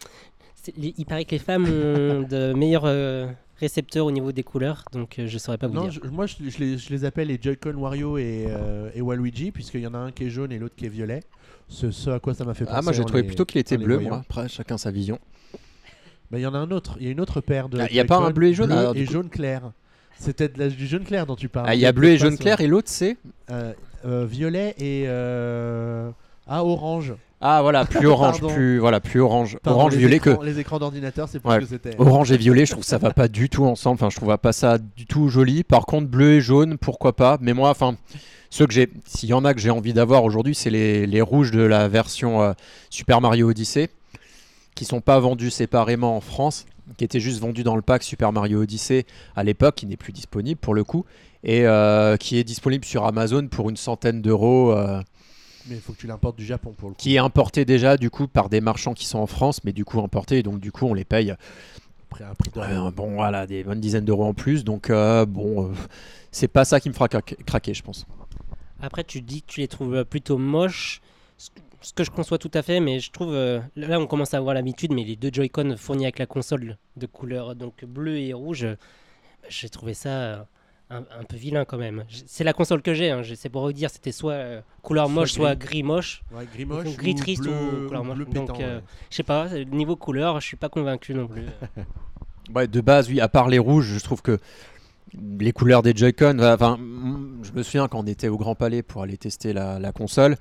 Il paraît que les femmes ont de meilleurs récepteurs au niveau des couleurs, donc je saurais pas vous dire. Moi, je les appelle les Joy-Con Wario et Waluigi, puisqu'il y en a un qui est jaune et l'autre qui est violet. Ce à quoi ça m'a fait penser. Ah, moi j'ai trouvé plutôt qu'il était bleu, moi. Après, chacun sa vision. Il y en a un autre. Il y a une autre paire de. Il n'y a pas un bleu et jaune et jaune clair. C'était du jaune clair dont tu parles. Il y a bleu et jaune clair et l'autre c'est violet et orange. Ah voilà, plus orange, plus orange. Pardon, orange, violet les écrans d'ordinateur, c'est plus ce que c'était. Orange et violet, je trouve que ça va pas du tout ensemble. Enfin, je trouve pas ça du tout joli. Par contre, bleu et jaune, pourquoi pas. Mais moi, ceux que s'il y en a que j'ai envie d'avoir aujourd'hui, c'est les rouges de la version Super Mario Odyssey. qui sont pas vendus séparément en France, qui étaient juste vendus dans le pack Super Mario Odyssey à l'époque, qui n'est plus disponible pour le coup, et qui est disponible sur Amazon pour une centaine d'euros. Mais il faut que tu l'importes du Japon pour le coup. Qui est importé déjà du coup par des marchands qui sont en France, mais du coup importé, donc du coup on les paye un prix bon voilà, des bonnes dizaines d'euros en plus, donc c'est pas ça qui me fera craquer, je pense. Après tu dis que tu les trouves plutôt moches, ce que je conçois tout à fait, mais je trouve là on commence à avoir l'habitude, mais les deux Joy-Con fournis avec la console de couleur donc bleu et rouge, j'ai trouvé ça un peu vilain quand même. C'est la console que j'ai, c'est pour vous dire, c'était soit couleur moche, soit gris moche. Ouais, gris moche, donc, gris triste ou couleur moche. bleu pétant. Donc je sais pas, niveau couleur, je suis pas convaincu non plus. Ouais, de base, oui, à part les rouges, je trouve que les couleurs des Joy-Con, enfin, je me souviens quand on était au Grand Palais pour aller tester la console,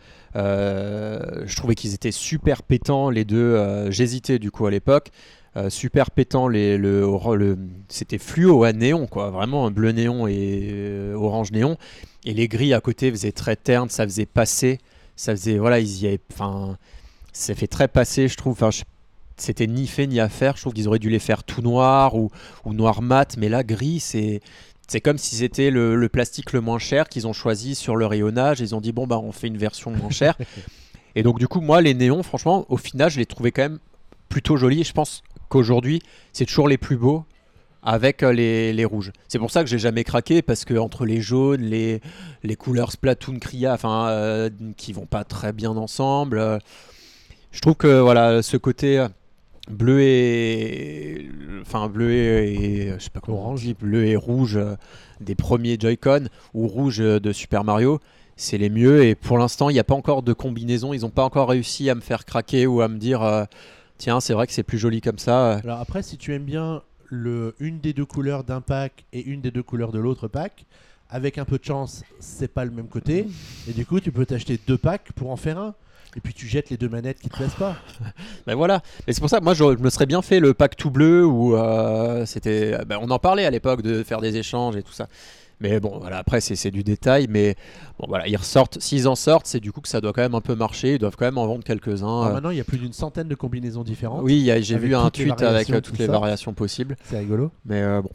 je trouvais qu'ils étaient super pétants les deux. J'hésitais du coup à l'époque. Super pétant, c'était fluo à néon, quoi, vraiment un bleu néon et orange néon, et les gris à côté faisaient très terne, ça faisait passer, ça faisait, voilà, ça fait très passer, je trouve. C'était ni fait ni à faire, je trouve qu'ils auraient dû les faire tout noir ou noir mat, mais là gris, c'est comme si c'était le plastique le moins cher qu'ils ont choisi sur le rayonnage, ils ont dit bon bah on fait une version moins chère. Et donc du coup moi les néons, franchement au final je les trouvais quand même plutôt jolis, et je pense qu'aujourd'hui c'est toujours les plus beaux avec les rouges. C'est pour ça que j'ai jamais craqué, parce que entre les jaunes, les couleurs Splatoon, Kriya, qui vont pas très bien ensemble, je trouve que voilà, ce côté bleu et je sais pas comment orange, on dit, bleu et rouge des premiers Joy-Con ou rouge de Super Mario, c'est les mieux, et pour l'instant il n'y a pas encore de combinaison, ils n'ont pas encore réussi à me faire craquer ou à me dire tiens c'est vrai que c'est plus joli comme ça. Alors après, si tu aimes bien une des deux couleurs d'un pack et une des deux couleurs de l'autre pack, avec un peu de chance c'est pas le même côté, et du coup tu peux t'acheter 2 packs pour en faire un. Et puis tu jettes les 2 manettes qui te plaisent pas. Ben voilà. Et c'est pour ça que moi je me serais bien fait le pack tout bleu où on en parlait à l'époque de faire des échanges et tout ça. Mais bon voilà, après c'est du détail, mais bon voilà, s'ils en sortent, c'est du coup que ça doit quand même un peu marcher, ils doivent quand même en vendre quelques-uns. Maintenant il y a plus d'une centaine de combinaisons différentes. Oui, j'ai vu un tweet avec toutes les variations possibles. C'est rigolo. Mais bon.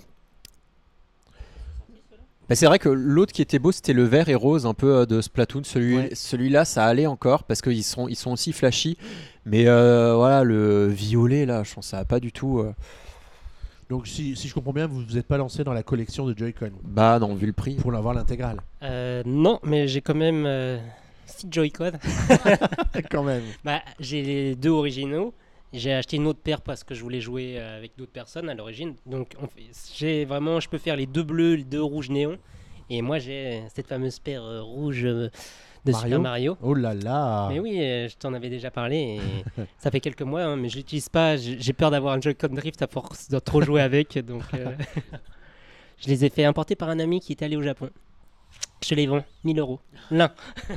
Bah c'est vrai que l'autre qui était beau, c'était le vert et rose un peu de Splatoon. Celui-là, ça allait encore parce qu'ils sont aussi flashy. Mais voilà, le violet, là, je pense que ça va pas du tout. Donc si je comprends bien, vous n'êtes pas lancé dans la collection de Joy-Con? Bah non, vu le prix. Pour l'avoir l'intégrale. Non, mais j'ai quand même 6 Joy-Con. Quand même. Bah, j'ai les 2 originaux. J'ai acheté une autre paire parce que je voulais jouer avec d'autres personnes à l'origine. Donc je peux faire les 2 bleus, les 2 rouges néons. Et moi j'ai cette fameuse paire rouge de Super Mario. Oh là là. Mais oui, je t'en avais déjà parlé. Et ça fait quelques mois, mais je l'utilise pas. J'ai peur d'avoir un Joy-Con Drift à force de trop jouer avec. Donc je les ai fait importer par un ami qui est allé au Japon. Je les vends 1000 € l'un.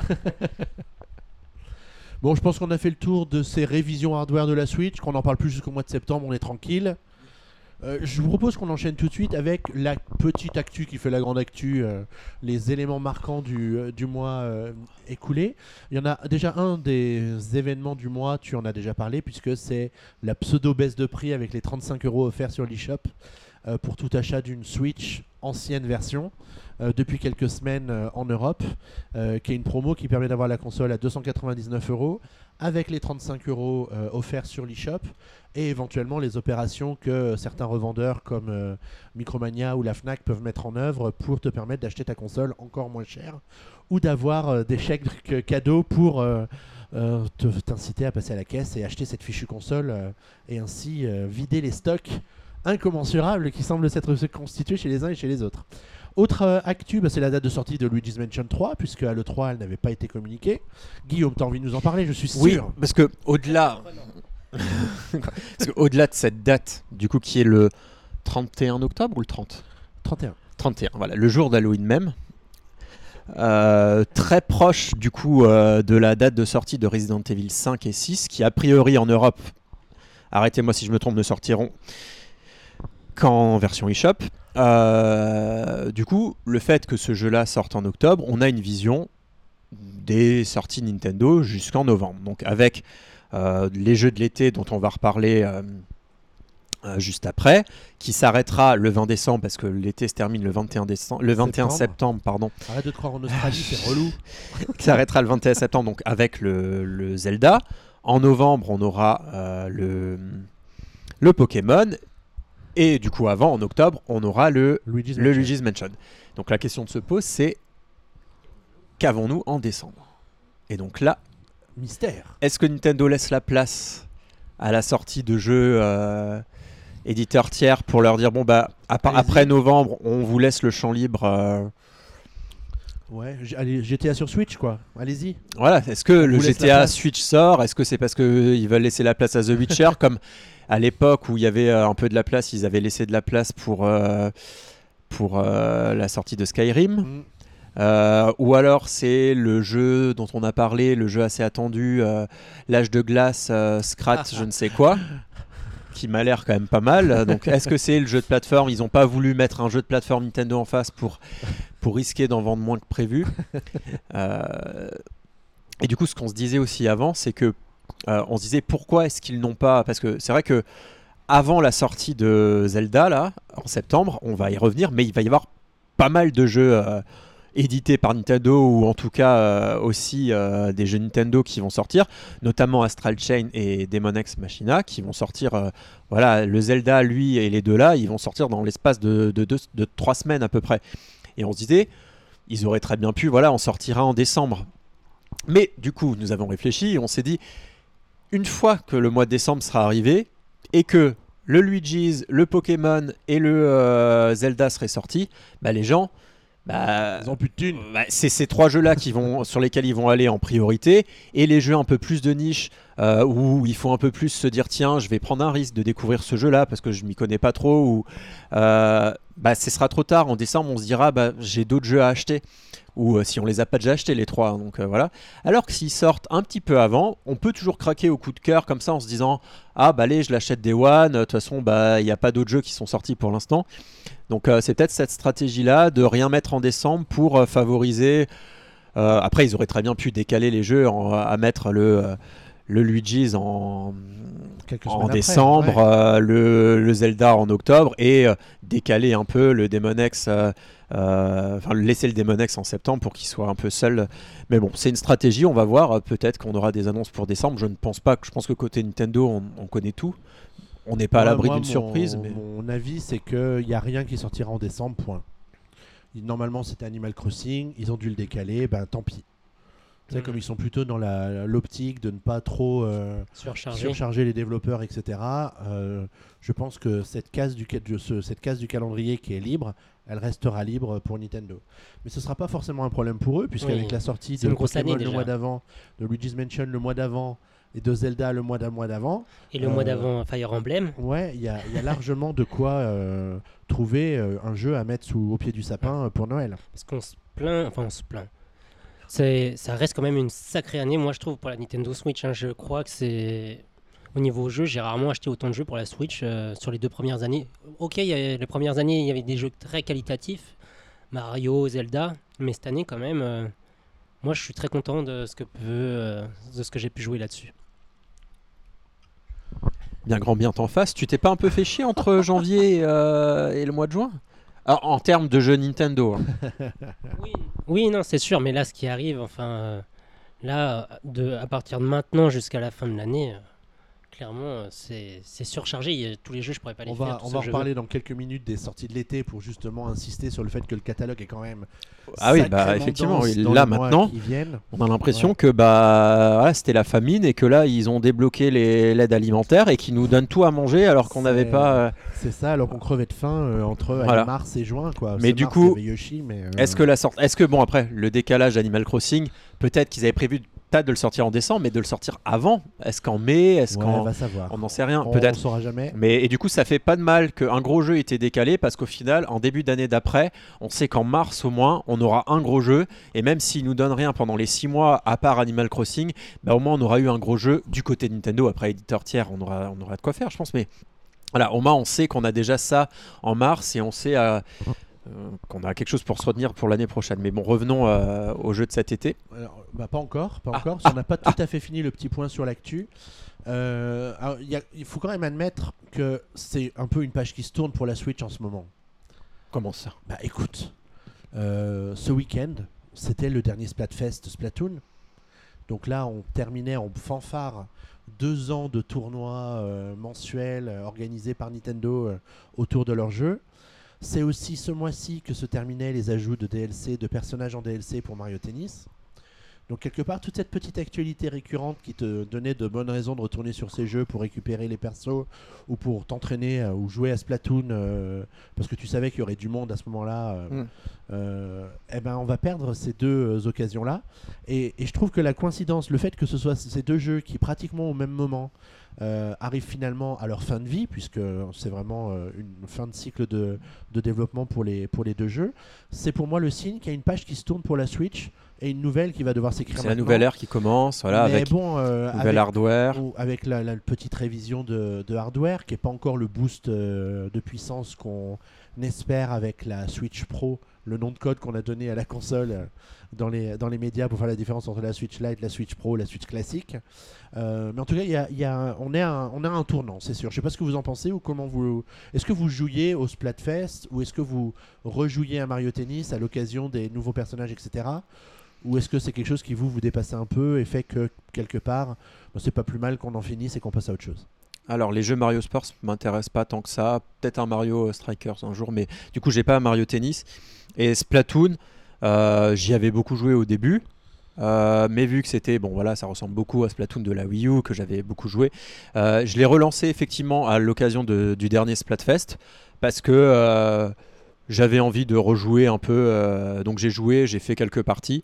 Bon, je pense qu'on a fait le tour de ces révisions hardware de la Switch, qu'on n'en parle plus jusqu'au mois de septembre, on est tranquille. Je vous propose qu'on enchaîne tout de suite avec la petite actu qui fait la grande actu, les éléments marquants du mois écoulé. Il y en a déjà un des événements du mois, tu en as déjà parlé, puisque c'est la pseudo-baisse de prix avec les 35 € offerts sur l'eShop pour tout achat d'une Switch ancienne version. Depuis quelques semaines en Europe, qui est une promo qui permet d'avoir la console à 299 € avec les 35 € offerts sur l'eShop, et éventuellement les opérations que certains revendeurs comme Micromania ou la Fnac peuvent mettre en œuvre pour te permettre d'acheter ta console encore moins chère, ou d'avoir des chèques cadeaux pour t'inciter à passer à la caisse et acheter cette fichue console et ainsi vider les stocks incommensurables qui semblent s'être constitués chez les uns et chez les autres. Autre actu, c'est la date de sortie de Luigi's Mansion 3, puisque à l'E3 elle n'avait pas été communiquée. Guillaume, tu as envie de nous en parler, je suis sûr. Oui, parce que au-delà de cette date, du coup, qui est le 31 octobre ou le 30 31, voilà, le jour d'Halloween même, très proche du coup de la date de sortie de Resident Evil 5 et 6, qui a priori en Europe, arrêtez-moi si je me trompe, ne sortiront qu'en version eShop. Du coup, le fait que ce jeu-là sorte en octobre, on a une vision des sorties Nintendo jusqu'en novembre. Donc avec les jeux de l'été dont on va reparler juste après, qui s'arrêtera le 20 décembre parce que l'été se termine le 21 septembre, pardon. Arrête de te croire en Australie, c'est relou. Qui s'arrêtera le 21 septembre, donc avec le Zelda. En novembre, on aura le Pokémon. Et du coup, en octobre, on aura le Luigi's Mansion. Donc la question se pose, c'est qu'avons-nous en décembre? Et donc là, mystère. Est-ce que Nintendo laisse la place à la sortie de jeux éditeurs tiers pour leur dire bon bah après novembre on vous laisse le champ libre Ouais, allez, GTA sur Switch quoi, allez-y. Voilà, est-ce que le GTA Switch sort? Est-ce que c'est parce qu'ils veulent laisser la place à The Witcher comme à l'époque où il y avait un peu de la place, ils avaient laissé de la place pour la sortie de Skyrim ou alors c'est le jeu dont on a parlé, le jeu assez attendu, l'âge de glace, Scratch, je ne sais quoi, qui m'a l'air quand même pas mal. Donc est-ce que c'est le jeu de plateforme? Ils n'ont pas voulu mettre un jeu de plateforme Nintendo en face pour risquer d'en vendre moins que prévu. Et du coup, ce qu'on se disait aussi avant, c'est que on se disait pourquoi est-ce qu'ils n'ont pas... Parce que c'est vrai que avant la sortie de Zelda, là, en septembre, on va y revenir, mais il va y avoir pas mal de jeux édités par Nintendo ou en tout cas aussi des jeux Nintendo qui vont sortir, notamment Astral Chain et Demon X Machina qui vont sortir, voilà, le Zelda lui et les deux là ils vont sortir dans l'espace de 3 semaines à peu près, et on se disait ils auraient très bien pu en sortir un en décembre, mais du coup nous avons réfléchi et on s'est dit une fois que le mois de décembre sera arrivé et que le Luigi's, le Pokémon et le Zelda seraient sortis, les gens ils ont plus de thunes. C'est ces 3 jeux-là sur lesquels ils vont aller en priorité, et les jeux un peu plus de niche où il faut un peu plus se dire tiens, je vais prendre un risque de découvrir ce jeu-là parce que je m'y connais pas trop, ou ce sera trop tard. En décembre, on se dira j'ai d'autres jeux à acheter, ou si on les a pas déjà achetés les 3, donc voilà. Alors que s'ils sortent un petit peu avant, on peut toujours craquer au coup de cœur comme ça en se disant allez, je l'achète Day One, de toute façon il n'y a pas d'autres jeux qui sont sortis pour l'instant. Donc c'est peut-être cette stratégie-là de rien mettre en décembre pour favoriser. Après, ils auraient très bien pu décaler les jeux à mettre le Luigi's en décembre, après, le Zelda en octobre, et décaler un peu le Demon X, laisser le Demon X en septembre pour qu'il soit un peu seul. Mais bon, c'est une stratégie, on va voir. Peut-être qu'on aura des annonces pour décembre. Je ne pense pas. Je pense que côté Nintendo, on connaît tout. On n'est pas à l'abri d'une surprise. Mais... Mon avis, c'est qu'il n'y a rien qui sortira en décembre, point. Normalement, c'était Animal Crossing. Ils ont dû le décaler, tant pis. Comme ils sont plutôt dans l'optique de ne pas trop surcharger les développeurs, etc. Je pense que cette case du calendrier qui est libre, elle restera libre pour Nintendo. Mais ce ne sera pas forcément un problème pour eux, puisqu'avec la sortie de Pokémon le mois d'avant, de Luigi's Mansion le mois d'avant, et de Zelda le mois d'avant. Et le mois d'avant, Fire Emblem. Ouais, il y a largement de quoi trouver un jeu à mettre au pied du sapin pour Noël. Parce qu'on se plaint, ça reste quand même une sacrée année, moi je trouve, pour la Nintendo Switch. Je crois que c'est... Au niveau jeu, j'ai rarement acheté autant de jeux pour la Switch sur les 2 premières années. Ok, les premières années, il y avait des jeux très qualitatifs, Mario, Zelda, mais cette année quand même, moi je suis très content de ce que j'ai pu jouer là-dessus. Bien grand bien t'en fasse. Tu t'es pas un peu fait chier entre janvier et le mois de juin? Alors, en termes de jeux Nintendo. Oui, non, c'est sûr. Mais là, ce qui arrive, à partir de maintenant jusqu'à la fin de l'année, clairement, c'est surchargé. Tous les jeux, je pourrais pas les faire. On va en reparler dans quelques minutes des sorties de l'été pour justement insister sur le fait que le catalogue est quand même. Ah oui, effectivement. Là, maintenant, on a l'impression que c'était la famine et que là, ils ont débloqué l'aide alimentaire et qu'ils nous donnent tout à manger alors qu'on n'avait pas. C'est ça, alors qu'on crevait de faim entre mars et juin, quoi. Mais du coup, est-ce que bon, après le décalage Animal Crossing, peut-être qu'ils avaient prévu de le sortir en décembre, mais de le sortir avant. Est-ce qu'en mai, on va savoir. On n'en sait rien, peut-être. On saura jamais. Et du coup, ça fait pas de mal qu'un gros jeu ait été décalé, parce qu'au final, en début d'année d'après, on sait qu'en mars au moins, on aura un gros jeu, et même s'ils nous donnent rien pendant les 6 mois, à part Animal Crossing, au moins on aura eu un gros jeu du côté de Nintendo. Après, éditeur tiers, on aura de quoi faire, je pense, mais voilà, au moins on sait qu'on a déjà ça en mars, et on sait qu'on a quelque chose pour se retenir pour l'année prochaine. Mais bon, revenons au jeu de cet été. Alors, pas encore, parce qu'on n'a pas tout à fait fini le petit point sur l'actu. Il faut quand même admettre que c'est un peu une page qui se tourne pour la Switch en ce moment. Comment ça ? Bah écoute, ce week-end, c'était le dernier Splatfest Splatoon. Donc là, on terminait en fanfare 2 ans de tournois mensuels organisés par Nintendo autour de leur jeu. C'est aussi ce mois-ci que se terminaient les ajouts de DLC, de personnages en DLC pour Mario Tennis. Donc quelque part, toute cette petite actualité récurrente qui te donnait de bonnes raisons de retourner sur ces jeux pour récupérer les persos ou pour t'entraîner ou jouer à Splatoon parce que tu savais qu'il y aurait du monde à ce moment-là, on va perdre ces 2 occasions-là. Et je trouve que la coïncidence, le fait que ce soit ces 2 jeux qui pratiquement au même moment arrivent finalement à leur fin de vie, puisque c'est vraiment une fin de cycle de développement pour les 2 jeux, c'est pour moi le signe qu'il y a une page qui se tourne pour la Switch et une nouvelle qui va devoir s'écrire maintenant. C'est la nouvelle ère qui commence, voilà, avec nouvel hardware. Avec la petite révision de hardware, qui n'est pas encore le boost de puissance qu'on espère avec la Switch Pro, le nom de code qu'on a donné à la console dans les médias pour faire la différence entre la Switch Lite, la Switch Pro, la Switch classique. Mais en tout cas, on a un tournant, c'est sûr. Je ne sais pas ce que vous en pensez ou comment vous... Est-ce que vous jouiez au Splatfest ou est-ce que vous rejouiez à Mario Tennis à l'occasion des nouveaux personnages, etc. Ou est-ce que c'est quelque chose qui vous dépassez un peu et fait que quelque part, c'est pas plus mal qu'on en finisse et qu'on passe à autre chose? Alors les jeux Mario Sports m'intéressent pas tant que ça, peut-être un Mario Strikers un jour, mais du coup j'ai pas Mario Tennis. Et Splatoon, j'y avais beaucoup joué au début, mais vu que c'était, ça ressemble beaucoup à Splatoon de la Wii U que j'avais beaucoup joué, je l'ai relancé effectivement à l'occasion du dernier Splatfest parce que j'avais envie de rejouer un peu, donc j'ai fait quelques parties.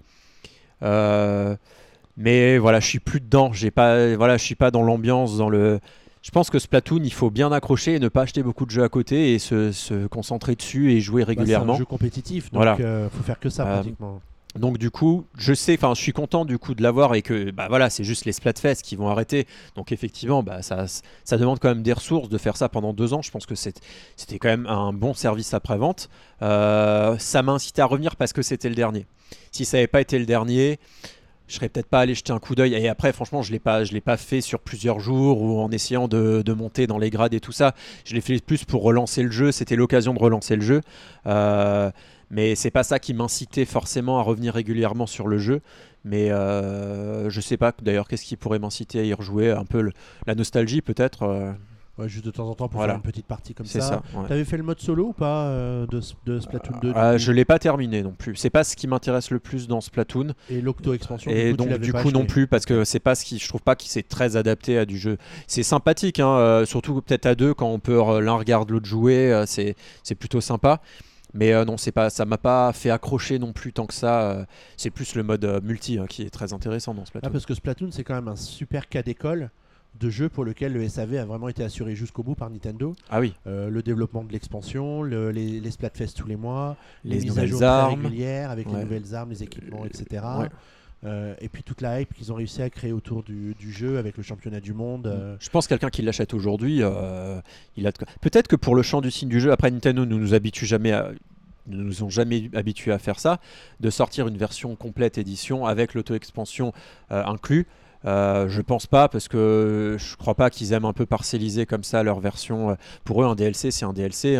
Mais voilà, je suis plus dedans, je suis pas dans l'ambiance, je pense que Splatoon, il faut bien accrocher et ne pas acheter beaucoup de jeux à côté et se concentrer dessus et jouer régulièrement. C'est un jeu compétitif, donc faut faire que ça pratiquement. Donc du coup, je suis content du coup de l'avoir et que c'est juste les Splatfest qui vont arrêter. Donc effectivement, ça demande quand même des ressources de faire ça pendant 2 ans. Je pense que c'était quand même un bon service après-vente. Ça m'a incité à revenir parce que c'était le dernier. Si ça n'avait pas été le dernier, je serais peut-être pas allé jeter un coup d'œil. Et après, franchement, je l'ai pas fait sur plusieurs jours ou en essayant de monter dans les grades et tout ça. Je l'ai fait plus pour relancer le jeu. C'était l'occasion de relancer le jeu. Mais c'est pas ça qui m'incitait forcément à revenir régulièrement sur le jeu. Mais je sais pas d'ailleurs qu'est-ce qui pourrait m'inciter à y rejouer. Un peu la nostalgie peut-être. Ouais, juste de temps en temps pour faire une petite partie comme ça. Ouais. T'avais fait le mode solo ou pas de Splatoon 2 Je l'ai pas terminé non plus. C'est pas ce qui m'intéresse le plus dans Splatoon. Et l'Octo expansion. Et donc du coup non plus parce que c'est pas je trouve pas qu'il s'est très adapté à du jeu. C'est sympathique, surtout peut-être à 2 quand on peut l'un regarde l'autre jouer, c'est plutôt sympa. Mais non, ça m'a pas fait accrocher non plus tant que ça. C'est plus le mode multi qui est très intéressant dans Splatoon. Parce que Splatoon c'est quand même un super cas d'école de jeu pour lequel le SAV a vraiment été assuré jusqu'au bout par Nintendo. Ah oui. Le développement de l'expansion, les Splatfest tous les mois, les mises à jour régulières avec les nouvelles armes, les équipements, etc. Et puis toute la hype qu'ils ont réussi à créer autour du jeu avec le championnat du monde. Je pense que quelqu'un qui l'achète aujourd'hui, il a peut-être que pour le champ du signe du jeu, après Nintendo ne nous ont jamais habitués à faire ça, de sortir une version complète édition avec l'auto-expansion inclus. Je pense pas parce que je crois pas qu'ils aiment un peu parcelliser comme ça leur version. Pour eux, un DLC, c'est un DLC.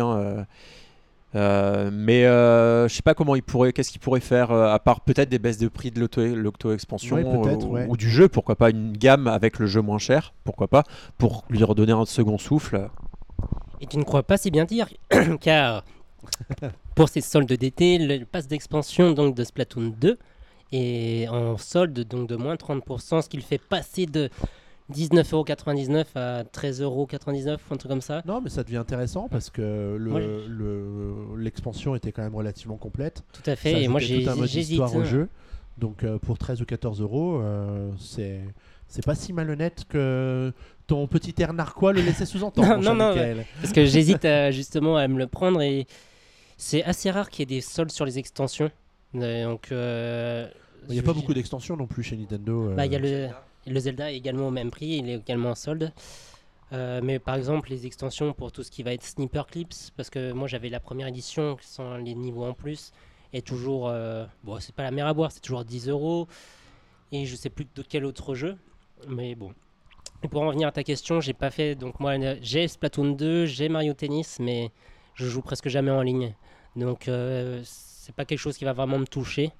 Mais je sais pas qu'est-ce qu'ils pourraient faire à part peut-être des baisses de prix de l'auto-expansion ou du jeu. Pourquoi pas une gamme avec le jeu moins cher. Pourquoi pas pour lui redonner un second souffle. Et tu ne crois pas si bien dire car pour ces soldes d'été, le pass d'expansion donc de Splatoon 2 et en solde donc de moins 30%, ce qui le fait passer de 19,99€ à 13,99€ ou un truc comme ça. Non, mais ça devient intéressant parce que l'expansion était quand même relativement complète. Tout à fait, et moi tout un mode histoire au jeu. Donc pour 13 ou 14 euros, c'est pas si malhonnête que ton petit air narquois le laissait sous-entendre. non, parce que j'hésite justement à me le prendre et c'est assez rare qu'il y ait des soldes sur les extensions. Donc, il n'y a pas beaucoup d'extensions non plus chez Nintendo. Il y a le Zelda également au même prix, il est également en solde. Mais par exemple, les extensions pour tout ce qui va être Sniper Clips, parce que moi j'avais la première édition, qui sont les niveaux en plus, et toujours, bon, c'est pas la mer à boire, c'est toujours 10€. Et je sais plus de quel autre jeu, mais bon. Et pour en revenir à ta question, j'ai pas fait. Donc moi, j'ai Splatoon 2, j'ai Mario Tennis, mais je joue presque jamais en ligne. Donc c'est pas quelque chose qui va vraiment me toucher.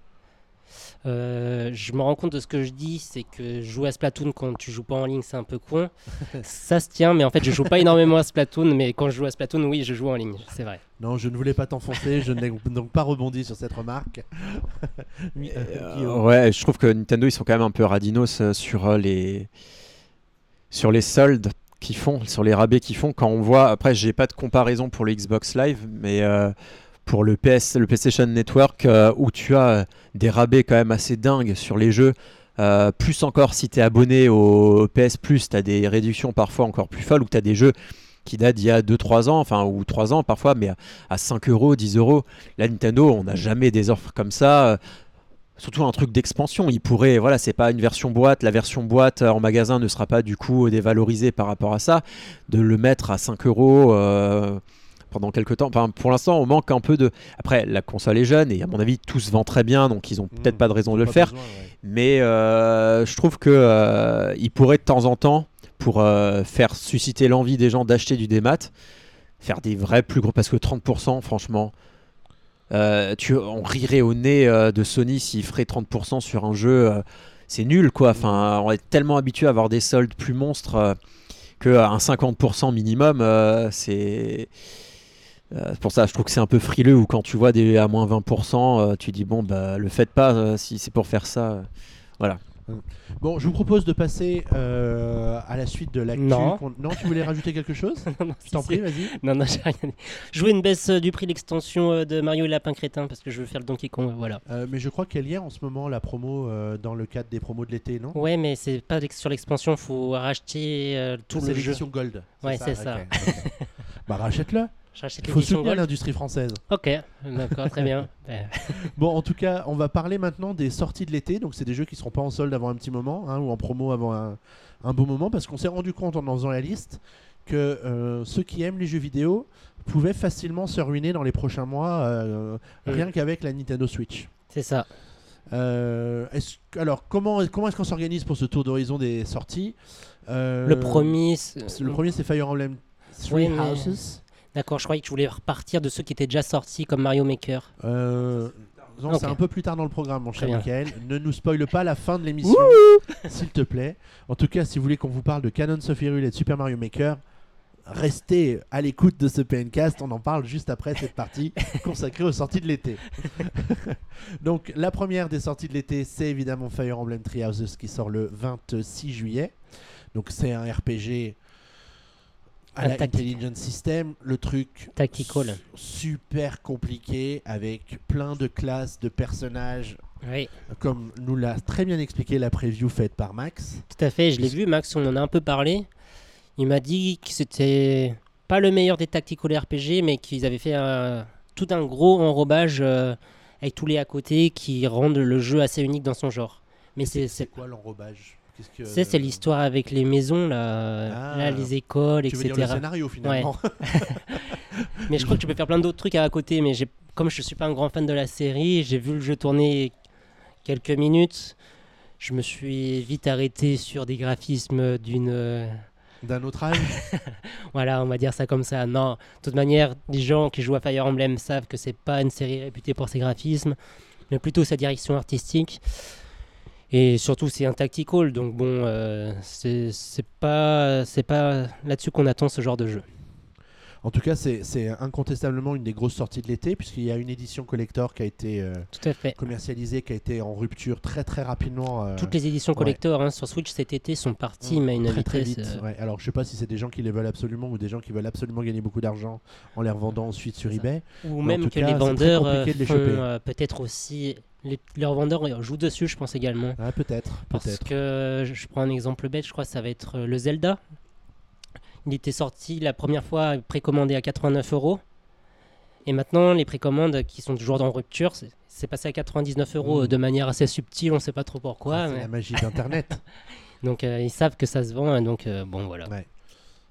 Je me rends compte de ce que je dis, c'est que jouer à Splatoon quand tu joues pas en ligne, c'est un peu con. Ça se tient, mais en fait, je joue pas énormément à Splatoon, mais quand je joue à Splatoon, oui, je joue en ligne, c'est vrai. Non, je ne voulais pas t'enfoncer, je n'ai donc pas rebondi sur cette remarque. Ouais, je trouve que Nintendo, ils sont quand même un peu radinos sur les soldes qu'ils font, sur les rabais qu'ils font. Quand on voit, après, j'ai pas de comparaison pour le Xbox Live, mais pour le PlayStation Network, où tu as des rabais quand même assez dingues sur les jeux. Plus encore si tu es abonné au PS Plus, tu as des réductions parfois encore plus folles, où tu as des jeux qui datent d'il y a 2-3 ans, enfin, ou 3 ans parfois, mais à 5€, 10€. Là, Nintendo, on n'a jamais des offres comme ça. Surtout un truc d'expansion. Il pourrait, voilà, c'est pas une version boîte. La version boîte en magasin ne sera pas du coup dévalorisée par rapport à ça. De le mettre à 5€. Pendant quelques temps. Enfin, pour l'instant, on manque un peu de. Après, la console est jeune et à mon avis, tout se vend très bien, donc ils ont peut-être pas de raison de le faire. Besoin, ouais. Mais je trouve que ils pourraient de temps en temps, pour faire susciter l'envie des gens d'acheter du démat, faire des vrais plus gros. Parce que 30%, franchement, on rirait au nez de Sony s'ils feraient 30% sur un jeu. C'est nul, quoi. Enfin, on est tellement habitué à avoir des soldes plus monstres qu'un 50% minimum, c'est. Pour ça, je trouve que c'est un peu frileux, ou quand tu vois des à moins 20%, tu dis bon, bah le faites pas si c'est pour faire ça. Voilà. Bon, je vous propose de passer à la suite de l'actu. Non. Non, tu voulais rajouter quelque chose? Non, Je t'en prie, vas-y. Non, j'ai rien dit. Je voulais une baisse du prix d'extension de Mario et Lapin Crétin parce que je veux faire le Donkey Kong, voilà. Mais je crois qu'elle y est en ce moment, la promo, dans le cadre des promos de l'été, non? Ouais, mais c'est pas sur l'expansion, faut racheter tout C'est le jeu. l'édition Gold. Ouais, c'est ça. Ok. Bah rachète-le. Je rachète Il faut l'édition soutenir Gold. l'industrie française. Ok, d'accord, très bien. Bon, en tout cas, on va parler maintenant des sorties de l'été. Donc, c'est des jeux qui ne seront pas en solde avant un petit moment, hein, ou en promo avant un bon moment, parce qu'on s'est rendu compte en faisant la liste que ceux qui aiment les jeux vidéo pouvaient facilement se ruiner dans les prochains mois, rien qu'avec la Nintendo Switch. C'est ça. Alors, comment est-ce qu'on s'organise pour ce tour d'horizon des sorties? Le premier, c'est Fire Emblem Three Oui, mais- Houses. D'accord, je croyais que tu voulais repartir de ceux qui étaient déjà sortis comme Mario Maker. Non, Ok. c'est un peu plus tard dans le programme, mon cher Très bien. Michael. Ne nous spoile pas la fin de l'émission, s'il te plaît. En tout cas, si vous voulez qu'on vous parle de Canons of Hyrule et de Super Mario Maker, restez à l'écoute de ce PNcast. On en parle juste après cette partie consacrée aux sorties de l'été. Donc, la première des sorties de l'été, c'est évidemment Fire Emblem Three Houses qui sort le 26 juillet. Donc, c'est un RPG à la Intelligent System, le truc Tactical. super compliqué avec plein de classes, de personnages, Oui, comme nous l'a très bien expliqué la preview faite par Max. tout à fait. Je l'ai vu, Max, on en a un peu parlé. Il m'a dit que c'était pas le meilleur des Tactical RPG, mais qu'ils avaient fait tout un gros enrobage avec tous les à côté qui rendent le jeu assez unique dans son genre. Mais C'est quoi l'enrobage? c'est l'histoire avec les maisons, là, les écoles, Tu veux etc. dire le scénario finalement? Mais je crois que tu peux faire plein d'autres trucs à côté. Mais comme je suis pas un grand fan de la série, j'ai vu le jeu tourner quelques minutes. Je me suis vite arrêté sur des graphismes D'un autre âge? Voilà, on va dire ça comme ça. Non, de toute manière, les gens qui jouent à Fire Emblem savent que c'est pas une série réputée pour ses graphismes, mais plutôt sa direction artistique. Et surtout, c'est un tactical, donc bon, c'est pas là-dessus qu'on attend ce genre de jeu. En tout cas, c'est incontestablement une des grosses sorties de l'été, puisqu'il y a une édition collector qui a été Tout à fait. commercialisée, qui a été en rupture très très rapidement. Toutes les éditions collector sur Switch cet été sont parties, mais à une très, très vitesse. vite. Ouais. Alors, je sais pas si c'est des gens qui les veulent absolument ou des gens qui veulent absolument gagner beaucoup d'argent en les revendant ensuite sur C'est ça. eBay. Ou Mais en même tout que cas, les c'est très vendeurs compliqué de les font choper. peut-être aussi. Leurs vendeurs jouent dessus, je pense également. Ah, peut-être. Parce que je prends un exemple bête, je crois que ça va être le Zelda. Il était sorti la première fois précommandé à 89€. Et maintenant, les précommandes qui sont toujours en rupture, c'est passé à 99€ de manière assez subtile, on ne sait pas trop pourquoi. C'est Mais... la magie d'Internet. Donc ils savent que ça se vend, donc bon voilà. Ouais.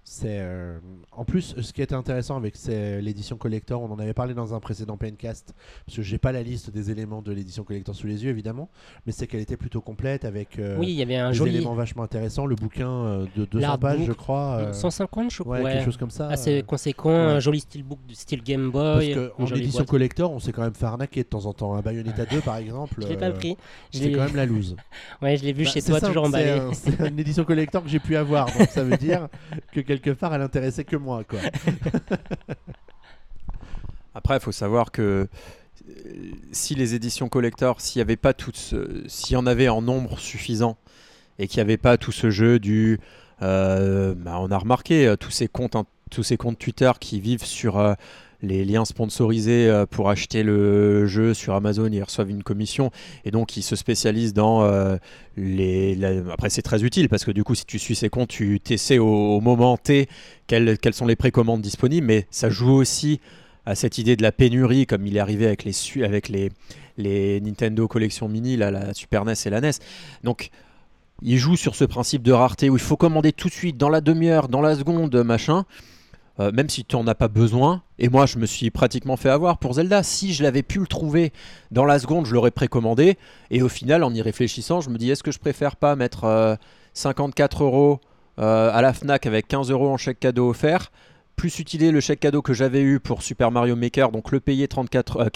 En plus, ce qui était intéressant avec l'édition collector, on en avait parlé dans un précédent PNcast, parce que j'ai pas la liste des éléments de l'édition collector sous les yeux évidemment, mais c'est qu'elle était plutôt complète avec oui, il y avait un des joli éléments vachement intéressants. Le bouquin de 200 pages, je crois. 150, je crois. Quelque chose comme ça. Assez conséquent, un joli steelbook de style Game Boy. Parce qu'en édition collector, on s'est quand même fait arnaquer de temps en temps. Un Bayonetta 2 par exemple. Je l'ai pas pris. C'est quand même la loose. Ouais, je l'ai vu chez toi, toujours emballé. C'est une édition collector que j'ai pu avoir, donc ça veut dire que quelque part elle intéressait que moi, quoi. Après, il faut savoir que si les éditions collector, s'il y avait pas s'il y en avait en nombre suffisant et qu'il n'y avait pas tout ce jeu on a remarqué tous ces comptes Twitter qui vivent sur les liens sponsorisés pour acheter le jeu sur Amazon, ils reçoivent une commission et donc ils se spécialisent dans après c'est très utile parce que du coup si tu suis ces comptes tu sais au moment T quelles sont les précommandes disponibles, mais ça joue aussi à cette idée de la pénurie comme il est arrivé avec les Nintendo Collection Mini, la Super NES et la NES. Donc il joue sur ce principe de rareté où il faut commander tout de suite dans la demi-heure, dans la seconde, machin. Même si tu n'en as pas besoin. Et moi, je me suis pratiquement fait avoir pour Zelda. Si je l'avais pu le trouver dans la seconde, je l'aurais précommandé. Et au final, en y réfléchissant, je me dis, est-ce que je préfère pas mettre 54 € à la Fnac avec 15 € en chèque cadeau offert, plus utiliser le chèque cadeau que j'avais eu pour Super Mario Maker, donc le payer 44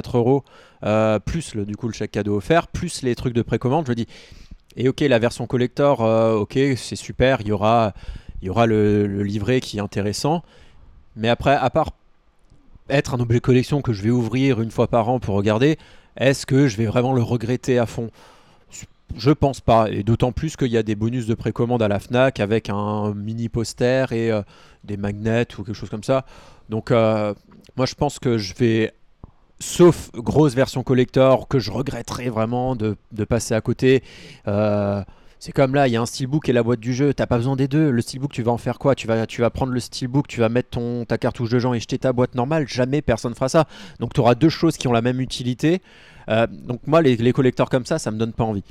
€, plus du coup le chèque cadeau offert, plus les trucs de précommande. Je me dis, et ok, la version collector, ok, c'est super, il y aura le livret qui est intéressant, mais après, à part être un objet collection que je vais ouvrir une fois par an pour regarder, est-ce que je vais vraiment le regretter à fond ? Je pense pas, et d'autant plus qu'il y a des bonus de précommande à la Fnac avec un mini poster et des magnets ou quelque chose comme ça. Donc moi je pense que je vais, sauf grosse version collector que je regretterais vraiment de passer à côté. C'est comme là, il y a un steelbook et la boîte du jeu, t'as pas besoin des deux. Le steelbook, tu vas en faire quoi ? Tu vas prendre le steelbook, tu vas mettre ta cartouche de gens et jeter ta boîte normale. Jamais personne fera ça. Donc tu auras deux choses qui ont la même utilité. Donc moi, les collecteurs comme ça me donne pas envie.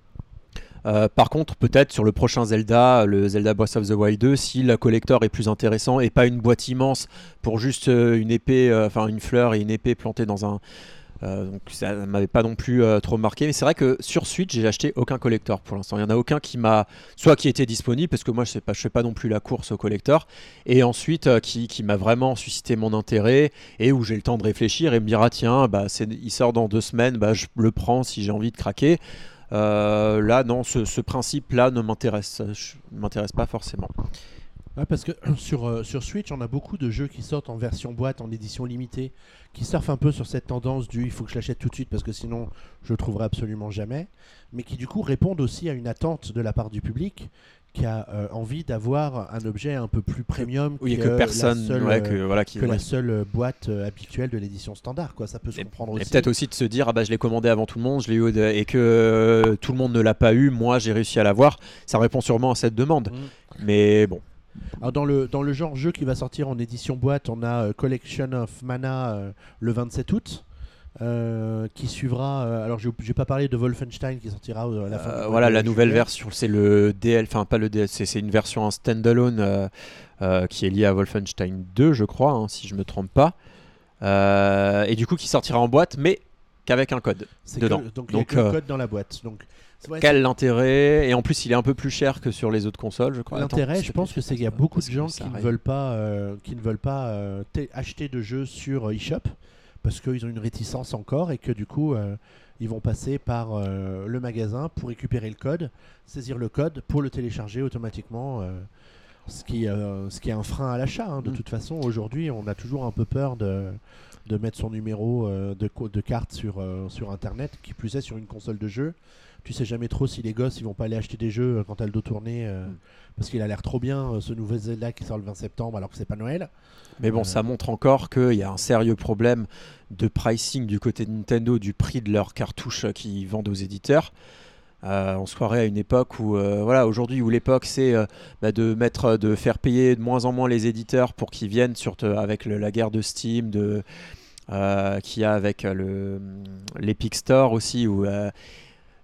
Par contre, peut-être sur le prochain Zelda, le Zelda Breath of the Wild 2, si le collector est plus intéressant et pas une boîte immense pour juste une épée, une fleur et une épée plantée dans un... donc ça ne m'avait pas non plus trop marqué, mais c'est vrai que sur Switch j'ai acheté aucun collector pour l'instant. Il n'y en a aucun qui était disponible, parce que moi je fais pas non plus la course au collector, et ensuite qui m'a vraiment suscité mon intérêt et où j'ai le temps de réfléchir et me dire tiens, il sort dans 2 semaines, je le prends si j'ai envie de craquer. Là non, ce principe là ne m'intéresse pas forcément. Ouais, parce que sur Switch, on a beaucoup de jeux qui sortent en version boîte, en édition limitée, qui surfent un peu sur cette tendance du il faut que je l'achète tout de suite parce que sinon je le trouverai absolument jamais, mais qui du coup répondent aussi à une attente de la part du public qui a envie d'avoir un objet un peu plus premium que la seule boîte habituelle de l'édition standard, quoi. Ça peut se comprendre aussi. Et peut-être aussi de se dire je l'ai commandé avant tout le monde, je l'ai eu et que tout le monde ne l'a pas eu, moi j'ai réussi à l'avoir. Ça répond sûrement à cette demande. Mais bon. Alors dans le genre jeu qui va sortir en édition boîte, on a Collection of Mana le 27 août. Qui suivra. Alors, je n'ai pas parlé de Wolfenstein qui sortira à la fin. Voilà, la nouvelle version, c'est le DL, enfin pas le DLC, c'est une version en standalone qui est liée à Wolfenstein 2, je crois, si je me trompe pas. Et du coup, qui sortira en boîte, mais qu'avec un code dedans. Donc, il y a que le code dans la boîte. Donc, quel l'intérêt ? Et en plus, il est un peu plus cher que sur les autres consoles, je crois. L'intérêt, je pense que c'est qu'il y a beaucoup de gens qui ne veulent pas acheter de jeux sur eShop, parce qu'ils ont une réticence encore et que du coup ils vont passer par le magasin pour récupérer le code, saisir le code pour le télécharger automatiquement, ce qui est un frein à l'achat. De toute façon, aujourd'hui on a toujours un peu peur de mettre son numéro de carte sur internet, qui plus est sur une console de jeu. Tu sais jamais trop si les gosses ils vont pas aller acheter des jeux quand t'as le dos tourné parce qu'il a l'air trop bien, ce nouveau Zelda qui sort le 20 septembre alors que c'est pas Noël. Mais bon, ça montre encore qu'il y a un sérieux problème de pricing du côté de Nintendo, du prix de leurs cartouches qu'ils vendent aux éditeurs. On se croirait à une époque où, aujourd'hui où l'époque c'est de faire payer de moins en moins les éditeurs pour qu'ils viennent avec la guerre de Steam, qu'il y a avec l'Epic Store aussi, où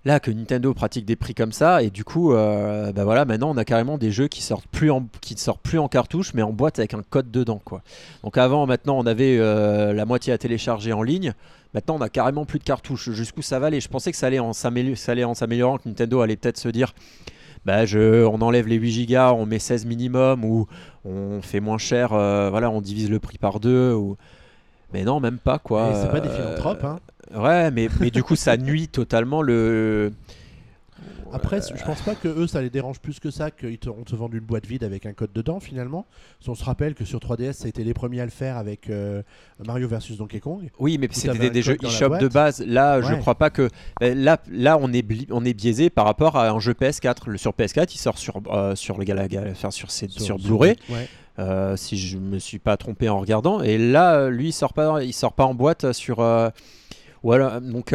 là que Nintendo pratique des prix comme ça, et du coup, bah voilà, maintenant on a carrément des jeux qui sortent plus en cartouche, mais en boîte avec un code dedans, quoi. Donc maintenant on avait la moitié à télécharger en ligne. Maintenant, on a carrément plus de cartouches. Jusqu'où ça va aller? Je pensais que ça allait en s'améliorant, que Nintendo allait peut-être se dire, bah, on enlève les 8 Go, on met 16 minimum, ou on fait moins cher, voilà, on divise le prix par 2. Mais non, même pas, quoi. C'est pas des philanthropes, hein. Ouais, mais du coup, ça nuit totalement le... Après, je pense pas que eux ça les dérange plus que ça qu'on te vende une boîte vide avec un code dedans finalement. Si on se rappelle que sur 3DS ça a été les premiers à le faire avec Mario vs Donkey Kong. Oui, mais c'était des jeux eShop de base. Là, je crois pas que là on est biaisé par rapport à un jeu PS4. Sur PS4, il sort sur Blu-ray. Ouais. Si je me suis pas trompé en regardant. Et là, lui, il sort pas en boîte sur. Voilà, donc.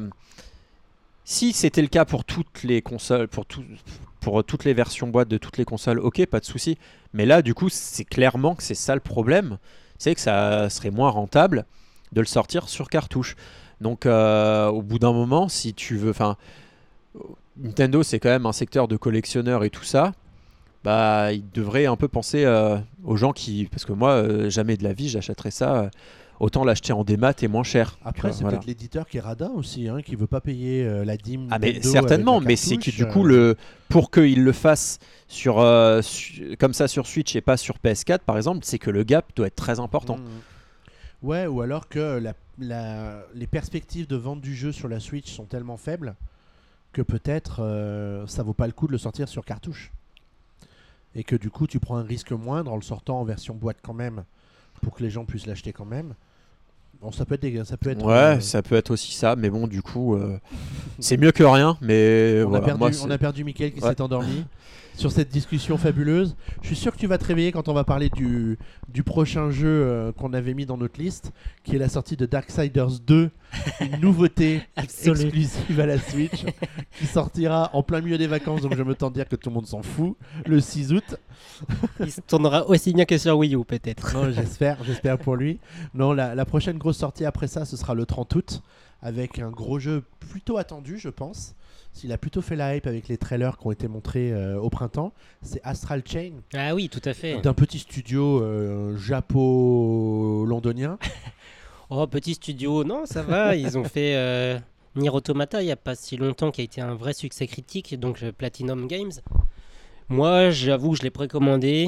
Si c'était le cas pour toutes les consoles, pour toutes les versions boîte de toutes les consoles, ok, pas de souci. Mais là, du coup, c'est clairement que c'est ça le problème, c'est que ça serait moins rentable de le sortir sur cartouche. Donc, au bout d'un moment, si tu veux, Nintendo, c'est quand même un secteur de collectionneurs et tout ça. Bah, ils devraient un peu penser aux gens parce que moi, jamais de la vie, j'achèterais ça. Autant l'acheter en démat et moins cher. Après, c'est peut-être l'éditeur qui est radin aussi, hein, qui veut pas payer la dîme. Ah, mais certainement, mais c'est que du coup, pour qu'il le fasse comme ça sur Switch et pas sur PS4, par exemple, c'est que le gap doit être très important. Ouais, ou alors que les perspectives de vente du jeu sur la Switch sont tellement faibles que peut-être ça vaut pas le coup de le sortir sur cartouche. Et que du coup, tu prends un risque moindre en le sortant en version boîte quand même, pour que les gens puissent l'acheter quand même. Bon, ça peut être ça peut être aussi ça, mais bon, du coup, c'est mieux que rien. Mais on a perdu Mickaël qui s'est endormi sur cette discussion fabuleuse. Je suis sûr que tu vas te réveiller quand on va parler du prochain jeu qu'on avait mis dans notre liste, qui est la sortie de Darksiders 2, une nouveauté exclusive à la Switch, qui sortira en plein milieu des vacances, donc je me tente dire que tout le monde s'en fout, le 6 août. Il se tournera aussi bien que sur Wii U peut-être. Non, j'espère pour lui. Non, la prochaine grosse sortie après ça, ce sera le 30 août, avec un gros jeu plutôt attendu, je pense. Il a plutôt fait la hype avec les trailers qui ont été montrés au printemps. C'est Astral Chain. Ah oui, tout à fait. D'un petit studio japo-londonien. Oh, petit studio, non, ça va. Ils ont fait Nier Automata il n'y a pas si longtemps, qui a été un vrai succès critique, donc Platinum Games. Moi, j'avoue que je l'ai précommandé.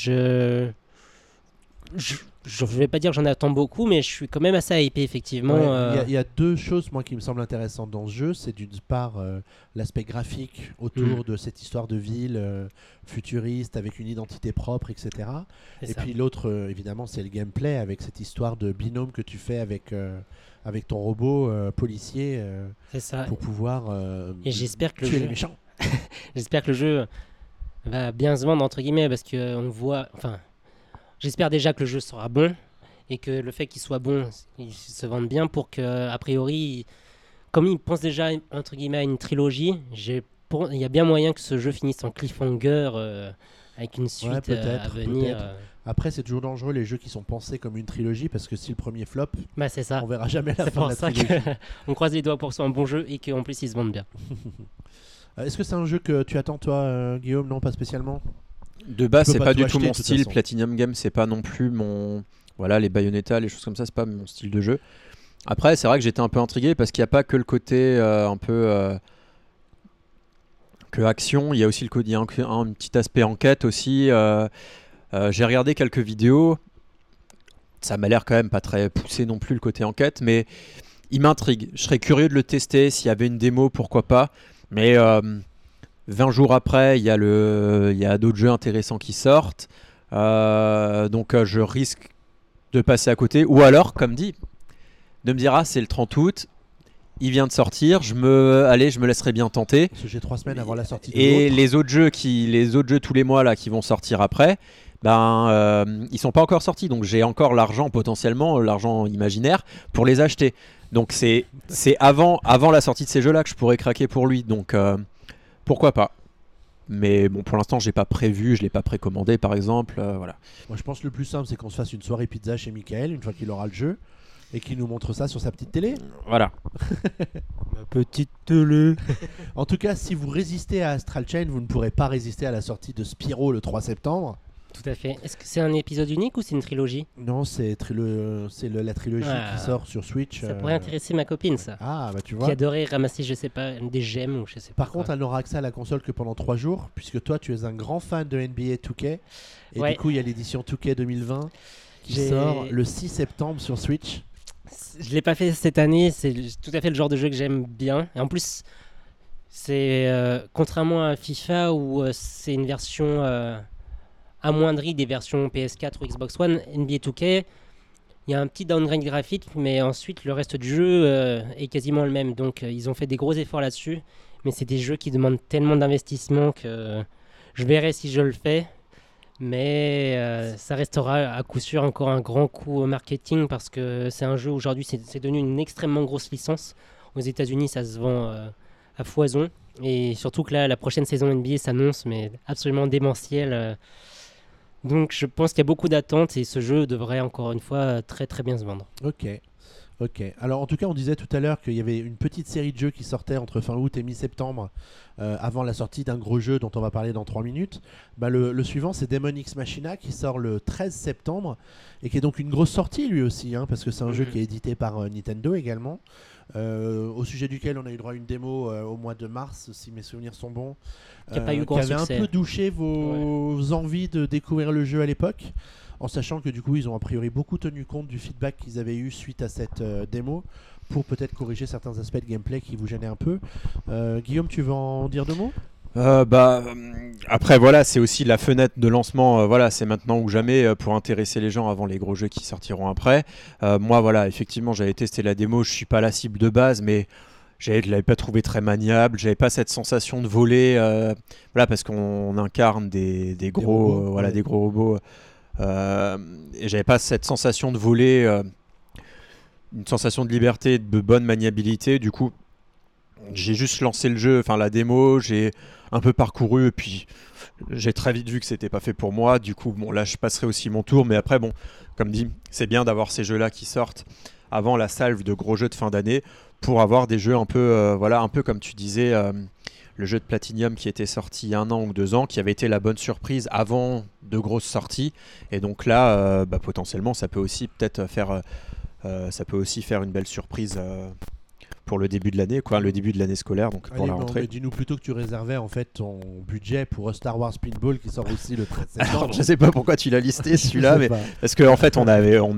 Je vais pas dire que j'en attends beaucoup, mais je suis quand même assez hypé, effectivement. Il y a deux choses moi qui me semblent intéressantes dans ce jeu. C'est d'une part l'aspect graphique autour de cette histoire de ville futuriste avec une identité propre, etc. Et puis l'autre, évidemment, c'est le gameplay avec cette histoire de binôme que tu fais avec ton robot policier pour pouvoir tuer les méchants. J'espère que le jeu va bien se vendre, entre guillemets, parce qu'on voit... J'espère déjà que le jeu sera bon et que le fait qu'il soit bon, il se vende bien pour que, a priori, comme il pense déjà entre guillemets à une trilogie, il y a bien moyen que ce jeu finisse en cliffhanger avec une suite à venir. Après, c'est toujours dangereux les jeux qui sont pensés comme une trilogie parce que si le premier flop, c'est ça. On verra jamais la fin de la trilogie. C'est pour ça qu'on croise les doigts pour que ce soit un bon jeu et qu'en plus il se vende bien. Est-ce que c'est un jeu que tu attends toi, Guillaume? Non, pas spécialement. De base, c'est pas du tout mon style. Platinum Games, c'est pas non plus mon. Voilà, les Bayonetta, les choses comme ça, c'est pas mon style de jeu. Après, c'est vrai que j'étais un peu intrigué parce qu'il n'y a pas que le côté un peu. Que action, il y a aussi il y a un petit aspect enquête aussi. J'ai regardé quelques vidéos. Ça m'a l'air quand même pas très poussé non plus le côté enquête, mais il m'intrigue. Je serais curieux de le tester. S'il y avait une démo, pourquoi pas. Mais. 20 jours après, il y a d'autres jeux intéressants qui sortent. Donc je risque de passer à côté. Ou alors, comme dit, de me dire c'est le 30 août, il vient de sortir, je me laisserai bien tenter. Parce que j'ai 3 semaines avant la sortie de et les autres jeux tous les mois là, qui vont sortir après, ils sont pas encore sortis. Donc j'ai encore l'argent potentiellement, l'argent imaginaire, pour les acheter. Donc c'est avant la sortie de ces jeux-là que je pourrais craquer pour lui. Donc... pourquoi pas? Mais bon, pour l'instant, j'ai pas prévu, je l'ai pas précommandé, par exemple. Voilà. Moi, je pense que le plus simple, c'est qu'on se fasse une soirée pizza chez Mickaël une fois qu'il aura le jeu. Et qui nous montre ça sur sa petite télé. Voilà. Ma petite télé. En tout cas, si vous résistez à Astral Chain, vous ne pourrez pas résister à la sortie de Spyro le 3 septembre. Tout à fait. Est-ce que c'est un épisode unique ou c'est une trilogie? Non, c'est la trilogie qui sort sur Switch. Ça pourrait intéresser ma copine, ça. Ah, bah tu vois. Qui adorait ramasser, je sais pas, des gemmes ou je sais pas. Par contre, elle n'aura accès à la console que pendant 3 jours, puisque toi, tu es un grand fan de NBA 2K. Et du coup, il y a l'édition 2K 2020 qui sort le 6 septembre sur Switch. Je l'ai pas fait cette année, c'est tout à fait le genre de jeu que j'aime bien. Et en plus, c'est contrairement à FIFA où c'est une version amoindrie des versions PS4 ou Xbox One, NBA 2K, il y a un petit downgrade graphique, mais ensuite le reste du jeu est quasiment le même. Donc ils ont fait des gros efforts là-dessus, mais c'est des jeux qui demandent tellement d'investissement que je verrai si je le fais. Mais ça restera à coup sûr encore un grand coup au marketing parce que c'est un jeu aujourd'hui, c'est devenu une extrêmement grosse licence. Aux États-Unis, ça se vend à foison. Et surtout que là, la prochaine saison NBA s'annonce, mais absolument démentielle. Donc je pense qu'il y a beaucoup d'attentes et ce jeu devrait encore une fois très très bien se vendre. Ok. Alors en tout cas, on disait tout à l'heure qu'il y avait une petite série de jeux qui sortait entre fin août et mi-septembre avant la sortie d'un gros jeu dont on va parler dans 3 minutes. Le suivant, c'est Demon X Machina qui sort le 13 septembre et qui est donc une grosse sortie lui aussi, parce que c'est un jeu qui est édité par Nintendo également. Au sujet duquel on a eu droit à une démo au mois de mars, si mes souvenirs sont bons, qui avait un peu douché vos envies de découvrir le jeu à l'époque, en sachant que du coup ils ont a priori beaucoup tenu compte du feedback qu'ils avaient eu suite à cette démo pour peut-être corriger certains aspects de gameplay qui vous gênaient un peu. Guillaume, tu veux en dire 2 mots ? Après voilà, c'est aussi la fenêtre de lancement, c'est maintenant ou jamais pour intéresser les gens avant les gros jeux qui sortiront après. Moi voilà, effectivement j'avais testé la démo, je suis pas la cible de base, mais je l'avais pas trouvé très maniable, j'avais pas cette sensation de voler, parce qu'on incarne des gros robots, des gros robots, et j'avais pas cette sensation de voler, une sensation de liberté, de bonne maniabilité. Du coup j'ai juste lancé le jeu, la démo, j'ai un peu parcouru et puis j'ai très vite vu que c'était pas fait pour moi. Du coup, là je passerai aussi mon tour, mais après comme dit, c'est bien d'avoir ces jeux-là qui sortent avant la salve de gros jeux de fin d'année pour avoir des jeux un peu, un peu comme tu disais, le jeu de Platinum qui était sorti il y a 1 an ou 2 ans, qui avait été la bonne surprise avant de grosses sorties. Et donc là, potentiellement, ça peut aussi peut-être faire, une belle surprise. Pour le début de l'année, le début de l'année scolaire, donc pour la rentrée. Dis-nous plutôt que tu réservais en fait ton budget pour Star Wars Pinball qui sort aussi le 13 septembre. Alors, je sais pas pourquoi tu l'as listé celui-là, mais parce qu'en fait on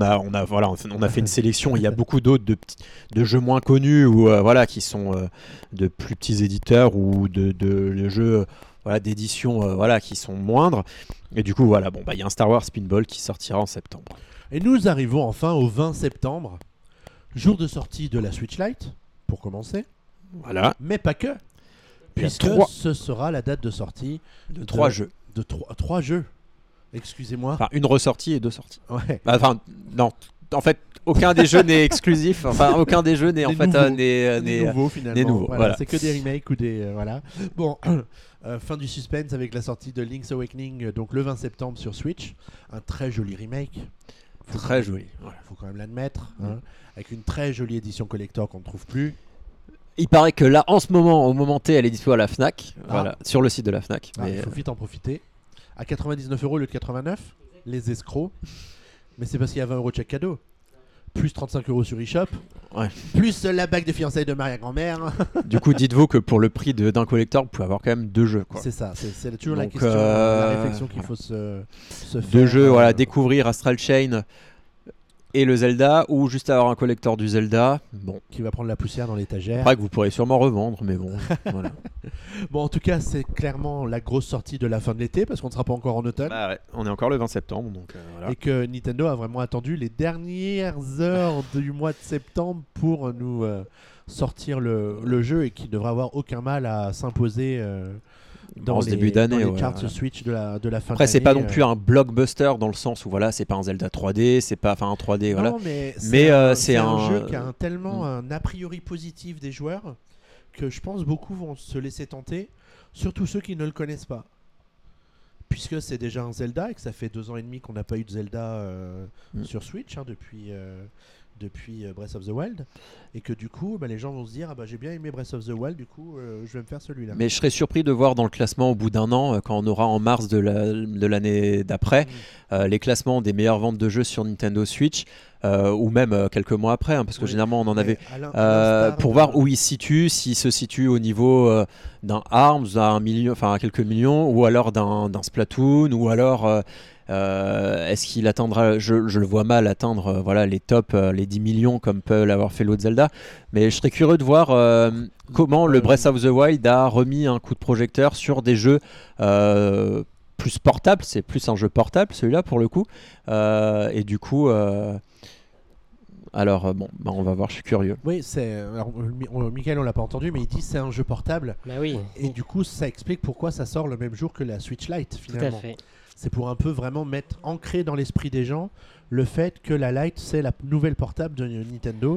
a fait une sélection. Il y a beaucoup d'autres de jeux moins connus ou qui sont de plus petits éditeurs ou de jeux d'édition qui sont moindres. Et du coup il y a un Star Wars Pinball qui sortira en septembre. Et nous arrivons enfin au 20 septembre, jour de sortie de la Switch Lite. Pour commencer, mais pas que, puisque ce sera la date de sortie de 3 jeux. De 3 jeux. Excusez-moi. Une ressortie et 2 sorties. Ouais. Non. En fait, aucun des jeux n'est exclusif. Aucun des jeux n'est nouveau finalement. Voilà. C'est que des remakes ou des Bon, fin du suspense avec la sortie de Link's Awakening, donc le 20 septembre sur Switch. Un très joli remake. Très joli. Faut quand même l'admettre. Avec une très jolie édition collector qu'on ne trouve plus. Il paraît que là, en ce moment, au moment T, elle est dispo à la Fnac, sur le site de la Fnac. Il faut vite en profiter. À 99 € au lieu de 89, les escrocs. Mais c'est parce qu'il y a 20 € de chèque cadeau. Plus 35 € sur eShop. Plus la bague de fiançailles de Maria Grand-mère. Du coup, dites-vous que pour le prix d'un collector, vous pouvez avoir quand même 2 jeux. C'est ça, c'est toujours la question, la réflexion qu'il faut se faire. 2 jeux, découvrir Astral Chain et le Zelda, ou juste avoir un collector du Zelda, qui va prendre la poussière dans l'étagère. Après que vous pourrez sûrement revendre, mais bon, voilà. Bon, en tout cas, c'est clairement la grosse sortie de la fin de l'été, parce qu'on ne sera pas encore en automne. On est encore le 20 septembre, donc Et que Nintendo a vraiment attendu les dernières heures du mois de septembre pour nous sortir le jeu, et qui ne devrait avoir aucun mal à s'imposer dans ce début d'année, dans les charts Switch de la fin d'année. Après, c'est pas non plus un blockbuster dans le sens où c'est pas un Zelda 3D, c'est pas un 3D, non, mais c'est un jeu qui a tellement un a priori positif des joueurs que je pense beaucoup vont se laisser tenter, surtout ceux qui ne le connaissent pas. Puisque c'est déjà un Zelda et que ça fait 2 ans et demi qu'on n'a pas eu de Zelda sur Switch depuis depuis Breath of the Wild, et que du coup les gens vont se dire j'ai bien aimé Breath of the Wild, du coup je vais me faire celui-là. Mais je serais surpris de voir dans le classement au bout d'un an, quand on aura en mars de l'année d'après, les classements des meilleures ventes de jeux sur Nintendo Switch, ou même quelques mois après, parce que généralement on en avait pour voir où il se situe, s'il se situe au niveau d'un ARMS à quelques millions, ou alors d'un Splatoon, ou alors est-ce qu'il atteindra, je le vois mal atteindre les tops, les 10 millions comme peut l'avoir fait l'autre Zelda, mais je serais curieux de voir comment le Breath of the Wild a remis un coup de projecteur sur des jeux plus portables. C'est plus un jeu portable celui-là pour le coup, et du coup on va voir, je suis curieux. Oui, Michael, on l'a pas entendu, mais il dit c'est un jeu portable. Bah oui. Et du coup, ça explique pourquoi ça sort le même jour que la Switch Lite, finalement. Tout à fait. C'est pour un peu vraiment ancrer dans l'esprit des gens le fait que la Lite, c'est la nouvelle portable de Nintendo.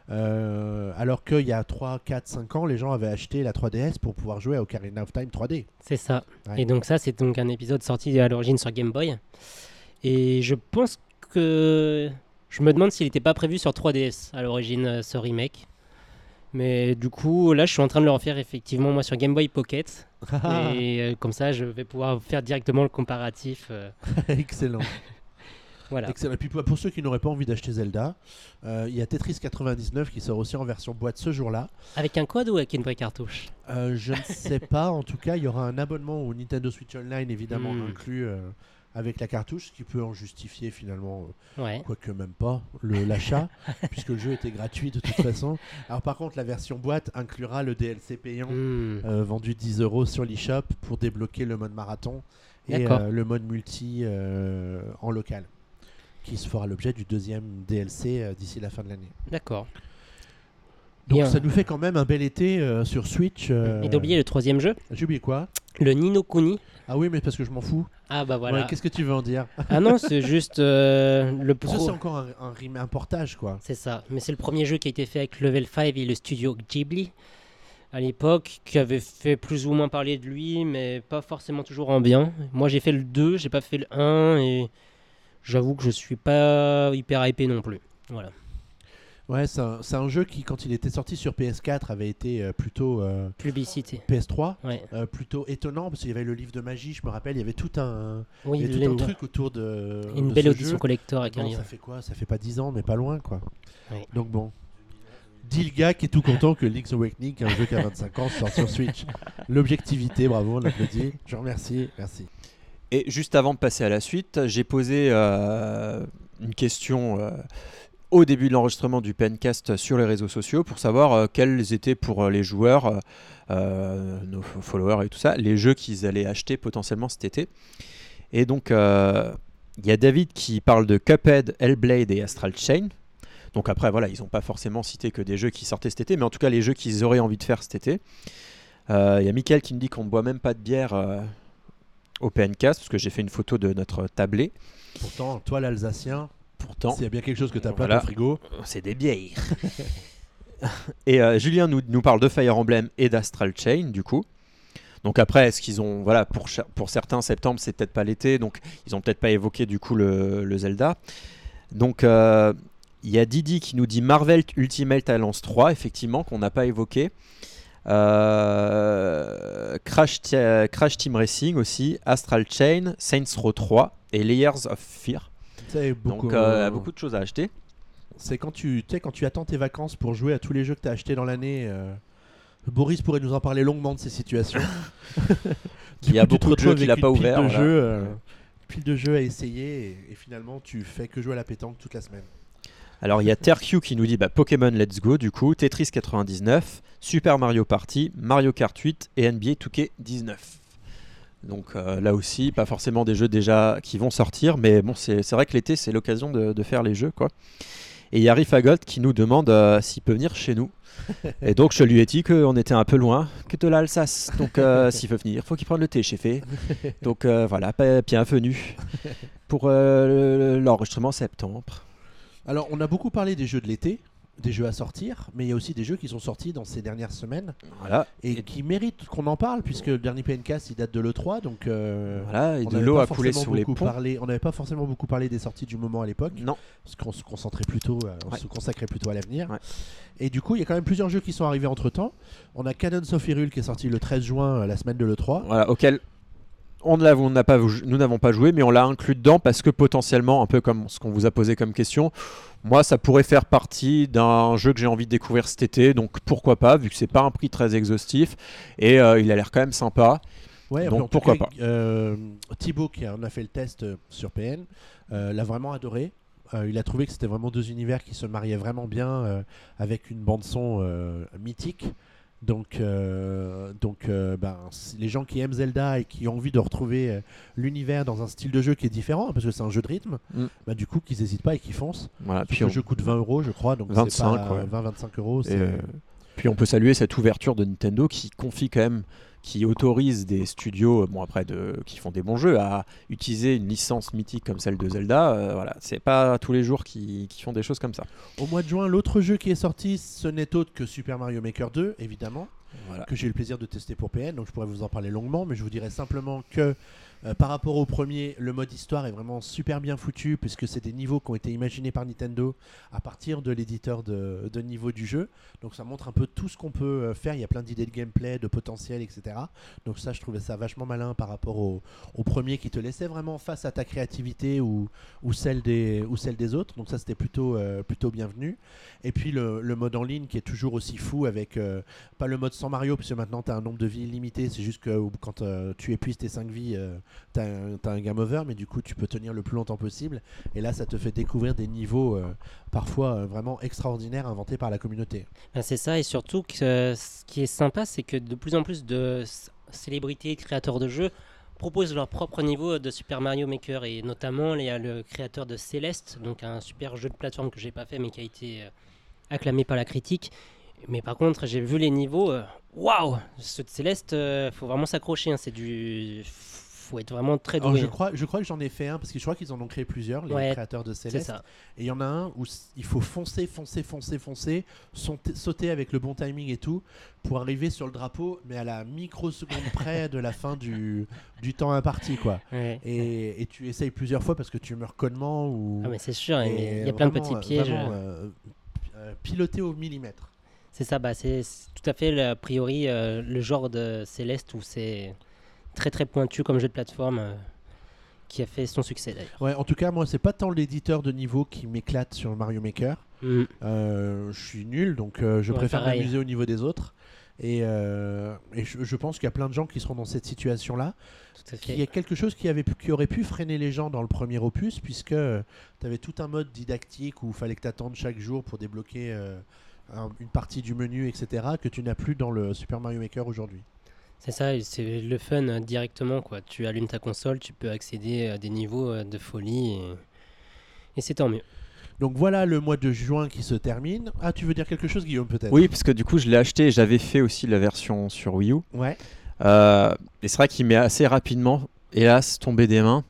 Alors qu'il y a 3, 4, 5 ans, les gens avaient acheté la 3DS pour pouvoir jouer à Ocarina of Time 3D. C'est ça. Ouais. Et donc ça, c'est donc un épisode sorti à l'origine sur Game Boy. Et je pense que... Je me demande s'il n'était pas prévu sur 3DS à l'origine, ce remake. Mais du coup, là, je suis en train de le refaire effectivement, moi, sur Game Boy Pocket. Et comme ça, je vais pouvoir faire directement le comparatif. Excellent. Voilà. Excellent. Et puis pour ceux qui n'auraient pas envie d'acheter Zelda, il y a Tetris 99 qui sort aussi en version boîte ce jour-là. Avec un code ou avec une vraie cartouche ? Je ne sais pas. En tout cas, il y aura un abonnement au Nintendo Switch Online, évidemment, inclus avec la cartouche, ce qui peut en justifier finalement, quoique même pas, l'achat, puisque le jeu était gratuit de toute façon. Alors par contre, la version boîte inclura le DLC payant vendu 10 € sur l'eShop pour débloquer le mode marathon et le mode multi en local, qui se fera l'objet du deuxième DLC d'ici la fin de l'année. D'accord. Donc ça nous fait quand même un bel été sur Switch. Et d'oublier le troisième jeu. J'ai oublié quoi ? Le Ni no Kuni. Ah oui, mais parce que je m'en fous. Ah bah voilà. Ouais, qu'est-ce que tu veux en dire ? Ah non, c'est juste le Parce que c'est encore un portage, quoi. C'est ça. Mais c'est le premier jeu qui a été fait avec Level 5 et le studio Ghibli à l'époque, qui avait fait plus ou moins parler de lui, mais pas forcément toujours en bien. Moi j'ai fait le 2, j'ai pas fait le 1 et j'avoue que je suis pas hyper hypé non plus. Voilà. Ouais, c'est un jeu qui, quand il était sorti sur PS4, avait été plutôt... Publicité. PS3, ouais. Plutôt étonnant, parce qu'il y avait le livre de magie, je me rappelle, il y avait tout un, truc autour de une de belle ce audition jeu. collector avec un livre. Ça fait quoi ? Ça fait pas 10 ans, mais pas loin, quoi. Ouais. Donc bon. Dit le gars qui est tout content que Link's Awakening, un jeu qui a 25 ans, sort sur Switch. L'objectivité, bravo, on applaudit. Je vous remercie, merci. Et juste avant de passer à la suite, j'ai posé une question au début de l'enregistrement du Pencast sur les réseaux sociaux pour savoir quels étaient pour les joueurs, nos followers et tout ça, les jeux qu'ils allaient acheter potentiellement cet été. Et donc, il y a David qui parle de Cuphead, Hellblade et Astral Chain. Donc après, voilà, ils n'ont pas forcément cité que des jeux qui sortaient cet été, mais en tout cas les jeux qu'ils auraient envie de faire cet été. Il y a Mickaël qui me dit qu'on ne boit même pas de bière au PNcast, parce que j'ai fait une photo de notre tablé. Pourtant, toi l'Alsacien, s'il y a bien quelque chose que tu as plein au frigo, c'est des bières. Et Julien nous parle de Fire Emblem et d'Astral Chain, du coup. Donc après, est-ce qu'ils ont... Voilà, pour certains, septembre, c'est peut-être pas l'été, donc ils n'ont peut-être pas évoqué du coup le Zelda. Donc il y a Didi qui nous dit Marvel Ultimate Alliance 3, effectivement, qu'on n'a pas évoqué. Crash Team Racing aussi, Astral Chain, Saints Row 3 et Layers of Fear. Beaucoup, donc beaucoup de choses à acheter. C'est quand tu attends tes vacances pour jouer à tous les jeux que tu as achetés dans l'année. Boris pourrait nous en parler longuement de ces situations. Il y a beaucoup de jeux qu'il n'a pas ouverts. Pile de jeux à essayer et finalement tu fais que jouer à la pétanque toute la semaine. Alors il y a TerQ qui nous dit Pokémon Let's Go du coup, Tetris 99, Super Mario Party, Mario Kart 8 et NBA 2K19. Donc là aussi, pas forcément des jeux déjà qui vont sortir, mais bon, c'est vrai que l'été c'est l'occasion de faire les jeux, quoi. Et il y a Rifagot qui nous demande s'il peut venir chez nous. Et donc je lui ai dit qu'on était un peu loin que de l'Alsace. Donc s'il veut venir, faut qu'il prenne le thé chez Fé. Donc voilà, bienvenue pour l'enregistrement septembre. Alors on a beaucoup parlé des jeux de l'été. des jeux à sortir, mais il y a aussi des jeux qui sont sortis dans ces dernières semaines et qui méritent qu'on en parle, puisque le dernier PNcast il date de l'E3, donc et de l'eau a coulé sous les ponts. On n'avait pas forcément beaucoup parlé des sorties du moment à l'époque, non, parce qu'on se concentrait plutôt, se consacrait plutôt à l'avenir. Ouais. Et du coup, il y a quand même plusieurs jeux qui sont arrivés entre temps. On a Cadence of Hyrule qui est sorti le 13 juin, la semaine de l'E3. Voilà, auquel nous n'avons pas joué, mais on l'a inclus dedans parce que potentiellement, un peu comme ce qu'on vous a posé comme question, moi ça pourrait faire partie d'un jeu que j'ai envie de découvrir cet été, donc pourquoi pas, vu que c'est pas un prix très exhaustif et il a l'air quand même sympa. Ouais, donc pourquoi pas. Thibaut qui en a fait le test sur PN l'a vraiment adoré. Il a trouvé que c'était vraiment deux univers qui se mariaient vraiment bien avec une bande son mythique. Donc les gens qui aiment Zelda et qui ont envie de retrouver l'univers dans un style de jeu qui est différent, parce que c'est un jeu de rythme, du coup qu'ils n'hésitent pas et qu'ils foncent. Voilà, puis le jeu coûte 20 €, je crois, donc 25, c'est pas 20-25 €. Puis on peut saluer cette ouverture de Nintendo qui confie quand même, qui autorise des studios qui font des bons jeux à utiliser une licence mythique comme celle de Zelda. Voilà, c'est pas tous les jours qui font des choses comme ça. Au mois de juin, l'autre jeu qui est sorti, ce n'est autre que Super Mario Maker 2, évidemment, que j'ai eu le plaisir de tester pour PN, donc je pourrais vous en parler longuement, mais je vous dirais simplement que par rapport au premier, le mode histoire est vraiment super bien foutu, puisque c'est des niveaux qui ont été imaginés par Nintendo à partir de l'éditeur de niveau du jeu. Donc ça montre un peu tout ce qu'on peut faire. Il y a plein d'idées de gameplay, de potentiel, etc. Donc ça, je trouvais ça vachement malin par rapport au premier qui te laissait vraiment face à ta créativité ou celle des autres. Donc ça, c'était plutôt bienvenu. Et puis le mode en ligne qui est toujours aussi fou avec, pas le mode sans Mario, puisque maintenant tu as un nombre de vies illimité. C'est juste que quand tu épuises tes 5 vies, t'as un game over, mais du coup tu peux tenir le plus longtemps possible, et là ça te fait découvrir des niveaux parfois vraiment extraordinaires inventés par la communauté. C'est ça, et surtout que ce qui est sympa, c'est que de plus en plus de célébrités, créateurs de jeux proposent leur propre niveau de Super Mario Maker, et notamment il y a le créateur de Celeste, donc un super jeu de plateforme que j'ai pas fait mais qui a été acclamé par la critique. Mais par contre, j'ai vu les niveaux, waouh, ceux de Céleste, faut vraiment s'accrocher, hein, faut être vraiment très doué. Alors, je crois que j'en ai fait un, parce que je crois qu'ils en ont créé plusieurs, les créateurs de Céleste. Et il y en a un où il faut foncer, sauter avec le bon timing et tout, pour arriver sur le drapeau, mais à la microseconde près de la fin du temps imparti, quoi. Ouais. Et tu essayes plusieurs fois parce que tu meurs connement. Ah mais c'est sûr, il y a plein de petits pièges. Piloté au millimètre. C'est ça, c'est tout à fait a priori le genre de Céleste où c'est très très pointu comme jeu de plateforme qui a fait son succès d'ailleurs. Ouais, en tout cas, moi, c'est pas tant l'éditeur de niveau qui m'éclate sur Mario Maker. Je suis nul, donc je préfère m'amuser au niveau des autres. Et je pense qu'il y a plein de gens qui seront dans cette situation-là. Il y a quelque chose qui aurait pu freiner les gens dans le premier opus, puisque tu avais tout un mode didactique où il fallait que tu attendes chaque jour pour débloquer une partie du menu, etc., que tu n'as plus dans le Super Mario Maker aujourd'hui. C'est ça, c'est le fun directement, quoi. Tu allumes ta console, tu peux accéder à des niveaux de folie et c'est tant mieux. Donc voilà le mois de juin qui se termine. Ah, tu veux dire quelque chose, Guillaume, peut-être ? Oui, parce que du coup, je l'ai acheté et j'avais fait aussi la version sur Wii U. Ouais. Et c'est vrai qu'il m'est assez rapidement, hélas, tombé des mains.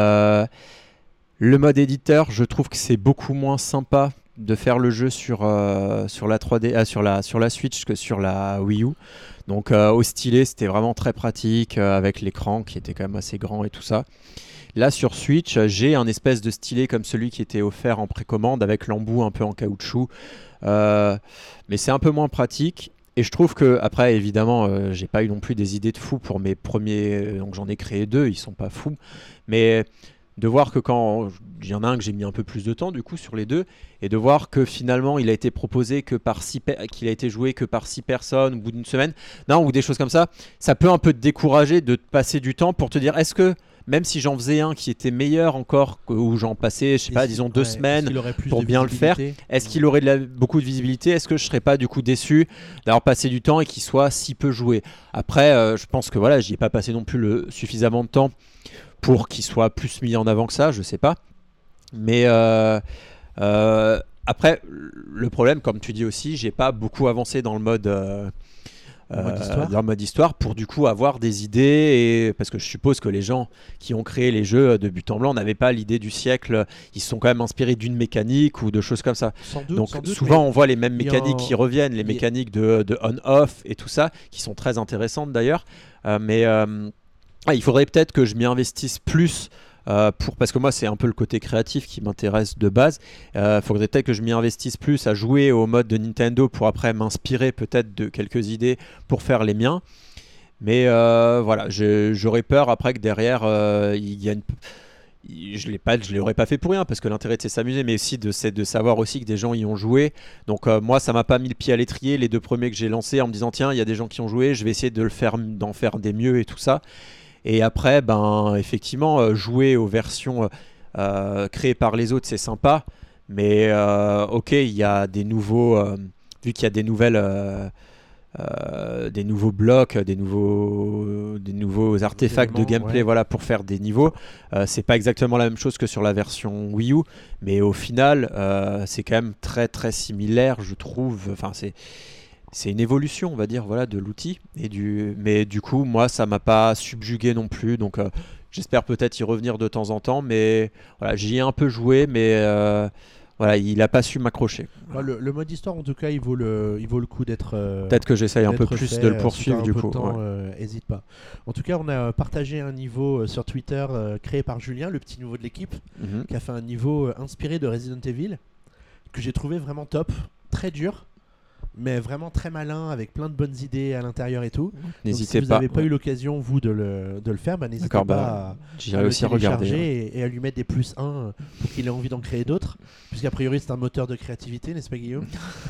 Le mode éditeur, je trouve que c'est beaucoup moins sympa de faire le jeu sur la 3D, sur la Switch que sur la Wii U. Donc au stylet, c'était vraiment très pratique avec l'écran qui était quand même assez grand et tout ça. Là sur Switch, j'ai un espèce de stylet comme celui qui était offert en précommande avec l'embout un peu en caoutchouc, mais c'est un peu moins pratique. Et je trouve que, après, évidemment, j'ai pas eu non plus des idées de fou pour mes premiers. Donc j'en ai créé 2, ils sont pas fous. Mais de voir que quand. Il y en a un que j'ai mis un peu plus de temps, du coup, sur les 2. Et de voir que finalement, il a été proposé que qu'il a été joué que par 6 personnes au bout d'une semaine. Non, ou des choses comme ça. Ça peut un peu te décourager de te passer du temps pour te dire est-ce que. Même si j'en faisais un qui était meilleur encore, où j'en passais, je sais pas, disons 2 semaines pour bien le faire, est-ce qu'il aurait beaucoup de visibilité ? Est-ce que je serais pas du coup déçu d'avoir passé du temps et qu'il soit si peu joué ? Après, je pense que voilà, j'y ai pas passé non plus suffisamment de temps pour qu'il soit plus mis en avant que ça, je sais pas. Mais après, le problème, comme tu dis aussi, j'ai pas beaucoup avancé dans le mode leur mode histoire pour du coup avoir des idées, parce que je suppose que les gens qui ont créé les jeux de But en Blanc n'avaient pas l'idée du siècle, ils se sont quand même inspirés d'une mécanique ou de choses comme ça. Sans doute, donc souvent on voit les mêmes mécaniques qui reviennent, les mécaniques de on-off et tout ça, qui sont très intéressantes d'ailleurs, il faudrait peut-être que je m'y investisse plus. Parce que moi c'est un peu le côté créatif qui m'intéresse de base. Faudrait peut-être que je m'y investisse plus à jouer au mode de Nintendo pour après m'inspirer peut-être de quelques idées pour faire les miens. Mais voilà, j'aurais peur après que derrière il y a je l'aurais pas fait pour rien, parce que l'intérêt c'est s'amuser, mais aussi de savoir aussi que des gens y ont joué. Donc moi ça m'a pas mis le pied à l'étrier les 2 premiers que j'ai lancés en me disant tiens il y a des gens qui ont joué, je vais essayer d'en faire des mieux et tout ça. Et après, effectivement, jouer aux versions créées par les autres, c'est sympa. Mais ok, il y a des nouveaux... vu qu'il y a des nouveaux blocs, des nouveaux artefacts de gameplay, voilà, pour faire des niveaux, c'est pas exactement la même chose que sur la version Wii U. Mais au final, c'est quand même très très similaire, je trouve. Enfin, c'est une évolution, on va dire, voilà, de l'outil. Mais du coup, moi, ça m'a pas subjugué non plus. Donc, j'espère peut-être y revenir de temps en temps. Mais voilà, j'y ai un peu joué, mais voilà, il a pas su m'accrocher. Le mode histoire, en tout cas, il vaut le coup d'être. Peut-être que j'essaye un peu plus de le poursuivre, du coup. Hésite pas. En tout cas, on a partagé un niveau sur Twitter créé par Julien, le petit nouveau de l'équipe, qui a fait un niveau inspiré de Resident Evil, que j'ai trouvé vraiment top, très dur, mais vraiment très malin, avec plein de bonnes idées à l'intérieur et tout. N'hésitez pas. Si vous n'avez pas eu l'occasion, vous, de le faire, n'hésitez pas à aussi le télécharger regarder, et à lui mettre des +1 pour qu'il ait envie d'en créer d'autres, puisqu'a priori c'est un moteur de créativité, n'est-ce pas, Guillaume?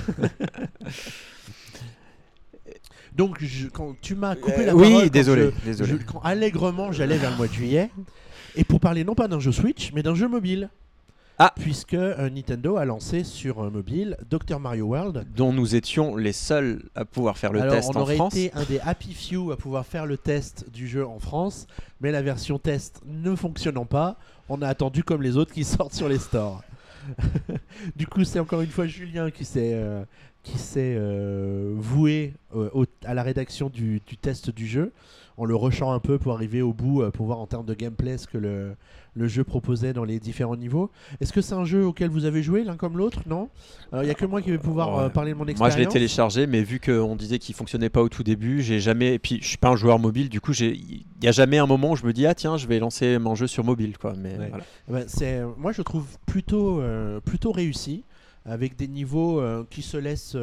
Donc, quand tu m'as coupé la parole, oui, désolé. Quand allègrement j'allais vers le mois de juillet, et pour parler non pas d'un jeu Switch, mais d'un jeu mobile. Puisque Nintendo a lancé sur mobile Dr Mario World, dont nous étions les seuls à pouvoir faire le test en France. On aurait été un des happy few à pouvoir faire le test du jeu en France, mais la version test ne fonctionnant pas, on a attendu comme les autres qui sortent sur les stores. Du coup, c'est encore une fois Julien qui s'est voué à la rédaction du test du jeu, en le rushant un peu pour arriver au bout, pour voir en termes de gameplay ce que le jeu proposait dans les différents niveaux. Est-ce que c'est un jeu auquel vous avez joué l'un comme l'autre? Non. Il n'y a que moi qui vais pouvoir parler de mon expérience. Moi je l'ai téléchargé, mais vu qu'on disait qu'il fonctionnait pas au tout début, j'ai jamais... Et puis je suis pas un joueur mobile, du coup il n'y a jamais un moment où je me dis ah tiens je vais lancer mon jeu sur mobile, quoi. Mais voilà. Moi je trouve plutôt réussi, avec des niveaux qui se laissent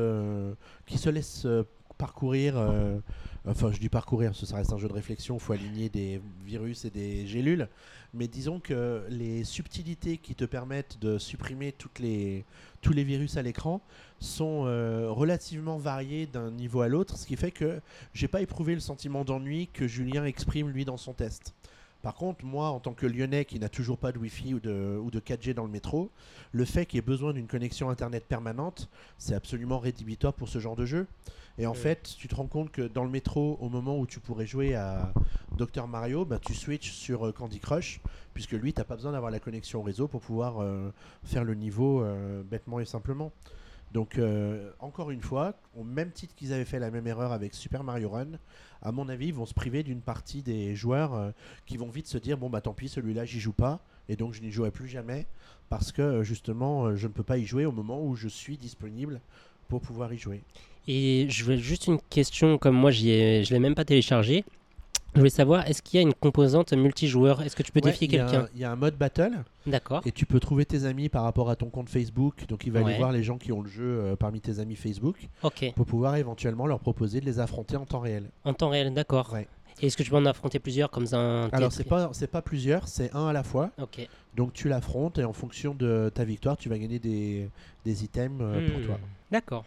parcourir. Enfin, je dis parcourir, ça reste un jeu de réflexion, il faut aligner des virus et des gélules. Mais disons que les subtilités qui te permettent de supprimer tous les virus à l'écran sont relativement variées d'un niveau à l'autre, ce qui fait que j'ai pas éprouvé le sentiment d'ennui que Julien exprime lui dans son test. Par contre, moi, en tant que Lyonnais qui n'a toujours pas de Wi-Fi ou de 4G dans le métro, le fait qu'il y ait besoin d'une connexion Internet permanente, c'est absolument rédhibitoire pour ce genre de jeu. Et en fait, tu te rends compte que dans le métro, au moment où tu pourrais jouer à Dr Mario, tu switches sur Candy Crush, puisque lui, tu n'as pas besoin d'avoir la connexion au réseau pour pouvoir faire le niveau bêtement et simplement. Donc, encore une fois, au même titre qu'ils avaient fait la même erreur avec Super Mario Run, à mon avis, ils vont se priver d'une partie des joueurs qui vont vite se dire bon, tant pis, celui-là, j'y joue pas, et donc je n'y jouerai plus jamais, parce que justement, je ne peux pas y jouer au moment où je suis disponible pour pouvoir y jouer. Et je veux juste une question, comme moi, je l'ai même pas téléchargé. Je voulais savoir, est-ce qu'il y a une composante multijoueur? Est-ce que tu peux défier quelqu'un? Il y a un mode battle. D'accord. Et tu peux trouver tes amis par rapport à ton compte Facebook. Donc il va aller voir les gens qui ont le jeu parmi tes amis Facebook. Ok. Pour pouvoir éventuellement leur proposer de les affronter en temps réel. En temps réel, d'accord. Ouais. Et est-ce que tu peux en affronter plusieurs comme un... Alors c'est pas plusieurs, c'est un à la fois. Ok. Donc tu l'affrontes et en fonction de ta victoire, tu vas gagner des items pour toi. D'accord.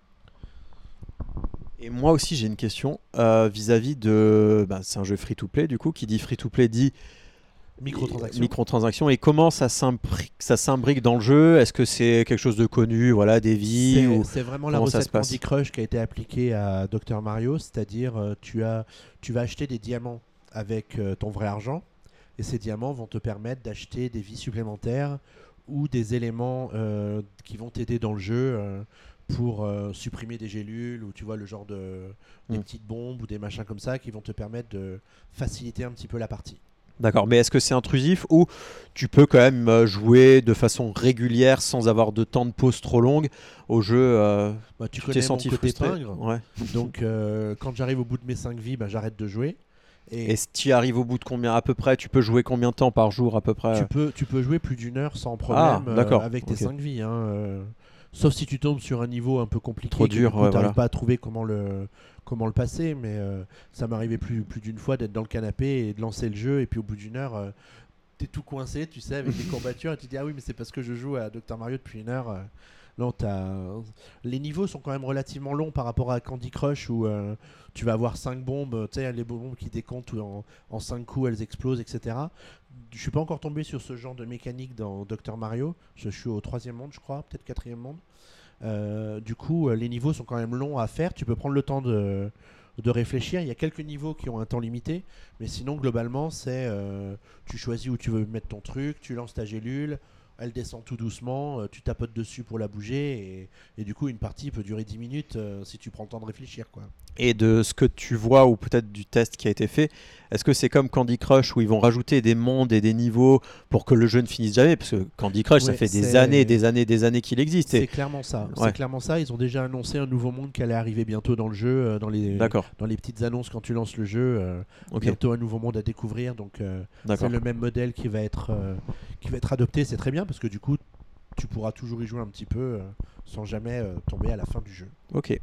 Et moi aussi j'ai une question vis-à-vis de... c'est un jeu free-to-play du coup, qui dit free-to-play dit microtransactions. Et comment ça s'imbrique dans le jeu? Est-ce que c'est quelque chose de connu, voilà, des vies c'est vraiment la recette Candy Crush qui a été appliquée à Dr Mario, c'est-à-dire tu vas acheter des diamants avec ton vrai argent, et ces diamants vont te permettre d'acheter des vies supplémentaires ou des éléments qui vont t'aider dans le jeu pour supprimer des gélules ou tu vois le genre des petites bombes ou des machins comme ça qui vont te permettre de faciliter un petit peu la partie. D'accord, mais est-ce que c'est intrusif ou tu peux quand même jouer de façon régulière sans avoir de temps de pause trop longue au jeu tu connais t'es senti mon côté frustré pingre, donc quand j'arrive au bout de mes 5 vies, j'arrête de jouer. Et si tu arrives au bout de combien à peu près? Tu peux jouer combien de temps par jour à peu près? Tu peux jouer plus d'1 heure sans problème avec tes 5 vies. Sauf si tu tombes sur un niveau un peu compliqué, trop dur, tu n'arrives pas à trouver comment le passer, mais ça m'arrivait plus d'une fois d'être dans le canapé et de lancer le jeu, et puis au bout d'1 heure, t'es tout coincé, tu sais, avec les courbatures, et tu te dis ah oui, mais c'est parce que je joue à Dr Mario depuis 1 heure. Non, les niveaux sont quand même relativement longs par rapport à Candy Crush où tu vas avoir 5 bombes, tu sais, les bombes qui décomptent en 5 coups, elles explosent, etc. Je suis pas encore tombé sur ce genre de mécanique dans Dr Mario. Je suis au 3e monde, je crois, peut-être 4e monde. Du coup, les niveaux sont quand même longs à faire. Tu peux prendre le temps de réfléchir. Il y a quelques niveaux qui ont un temps limité, mais sinon, globalement, c'est tu choisis où tu veux mettre ton truc, tu lances ta gélule, elle descend tout doucement, tu tapotes dessus pour la bouger, et du coup, une partie peut durer 10 minutes si tu prends le temps de réfléchir, quoi. Et de ce que tu vois, ou peut-être du test qui a été fait, est-ce que c'est comme Candy Crush où ils vont rajouter des mondes et des niveaux pour que le jeu ne finisse jamais? Parce que Candy Crush, ça fait des années qu'il existe. C'est clairement ça. Ouais. C'est clairement ça. Ils ont déjà annoncé un nouveau monde qui allait arriver bientôt dans le jeu, dans les petites annonces quand tu lances le jeu. Bientôt un nouveau monde à découvrir. Donc c'est le même modèle qui va être adopté. C'est très bien parce que du coup, tu pourras toujours y jouer un petit peu sans jamais tomber à la fin du jeu. Ok.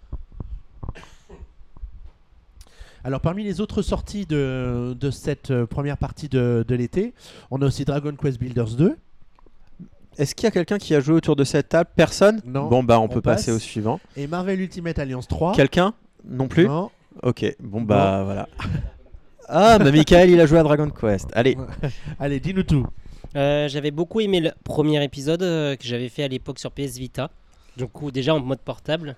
Alors parmi les autres sorties de cette première partie de l'été, on a aussi Dragon Quest Builders 2. Est-ce qu'il y a quelqu'un qui a joué autour de cette table? Personne? Non. Bon on peut passer au suivant. Et Marvel Ultimate Alliance 3. Quelqu'un? Non plus? Non. Ok, voilà. Ah, mais Michael, il a joué à Dragon Quest. Allez. Allez, dis-nous tout. J'avais beaucoup aimé le premier épisode que j'avais fait à l'époque sur PS Vita. Du coup, déjà en mode portable.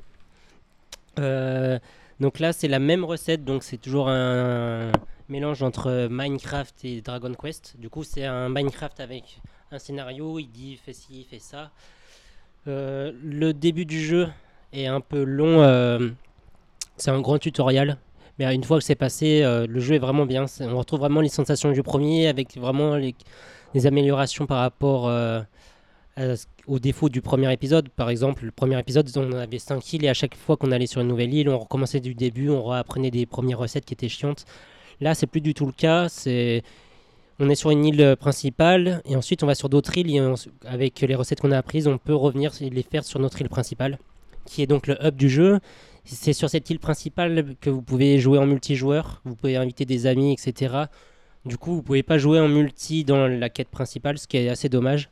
Donc là, c'est la même recette, donc c'est toujours un mélange entre Minecraft et Dragon Quest. Du coup, c'est un Minecraft avec un scénario, il dit fais ci, fais ça. Le début du jeu est un peu long, c'est un grand tutoriel. Mais une fois que c'est passé, le jeu est vraiment bien. On retrouve vraiment les sensations du premier avec vraiment les améliorations par rapport aux défauts du premier épisode. Par exemple, le premier épisode, on avait 5 îles et à chaque fois qu'on allait sur une nouvelle île, on recommençait du début, on apprenait des premières recettes qui étaient chiantes. Là, c'est plus du tout le cas. On est sur une île principale et ensuite on va sur d'autres îles et avec les recettes qu'on a apprises, on peut revenir les faire sur notre île principale, qui est donc le hub du jeu. C'est sur cette île principale que vous pouvez jouer en multijoueur, vous pouvez inviter des amis, etc. Du coup, vous pouvez pas jouer en multi dans la quête principale, ce qui est assez dommage.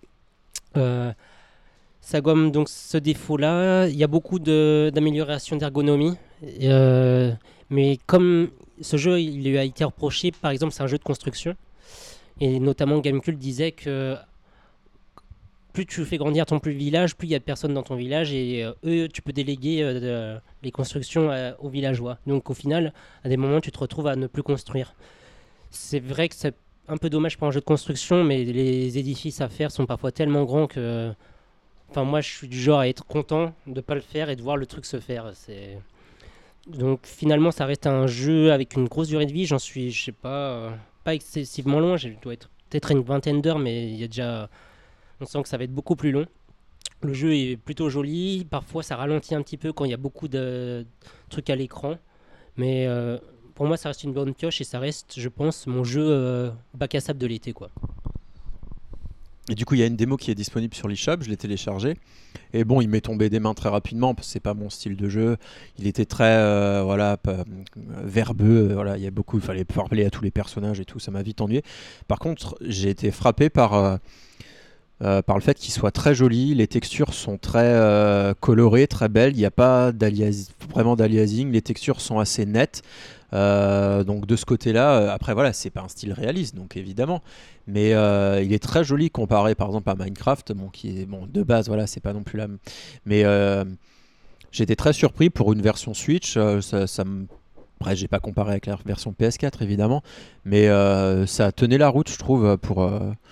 Ça gomme donc ce défaut-là. Il y a beaucoup d'améliorations d'ergonomie, mais comme ce jeu il lui a été reproché, par exemple, c'est un jeu de construction, et notamment Gamecult disait que plus tu fais grandir ton village, plus il y a de personnes dans ton village, et eux, tu peux déléguer les constructions aux villageois. Donc au final, à des moments, tu te retrouves à ne plus construire. C'est vrai que c'est un peu dommage pour un jeu de construction, mais les édifices à faire sont parfois tellement grands que... Enfin, moi, je suis du genre à être content de ne pas le faire et de voir le truc se faire. Donc finalement, ça reste un jeu avec une grosse durée de vie. J'en suis, je sais pas excessivement loin. Je dois être peut-être une 20aine d'heures, mais il y a déjà... On sent que ça va être beaucoup plus long. Le jeu est plutôt joli. Parfois, ça ralentit un petit peu quand il y a beaucoup de trucs à l'écran. Mais pour moi, ça reste une bonne pioche et ça reste, je pense, mon jeu bac à sable de l'été, quoi. Et du coup, il y a une démo qui est disponible sur l'eShop, je l'ai téléchargé. Et bon, il m'est tombé des mains très rapidement parce que c'est pas mon style de jeu. Il était très verbeux. Il y a beaucoup, il fallait parler à tous les personnages et tout. Ça m'a vite ennuyé. Par contre, j'ai été frappé par le fait qu'il soit très joli. Les textures sont très colorées, très belles. Il n'y a pas vraiment d'aliasing. Les textures sont assez nettes. Donc de ce côté-là, après voilà, c'est pas un style réaliste, donc évidemment, mais il est très joli comparé par exemple à Minecraft, qui est de base, voilà, c'est pas non plus là, mais j'étais très surpris pour une version Switch. Après, j'ai pas comparé avec la version PS4 évidemment, mais ça tenait la route, je trouve.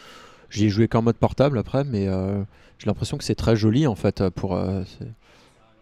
J'y ai joué qu'en mode portable après, mais j'ai l'impression que c'est très joli en fait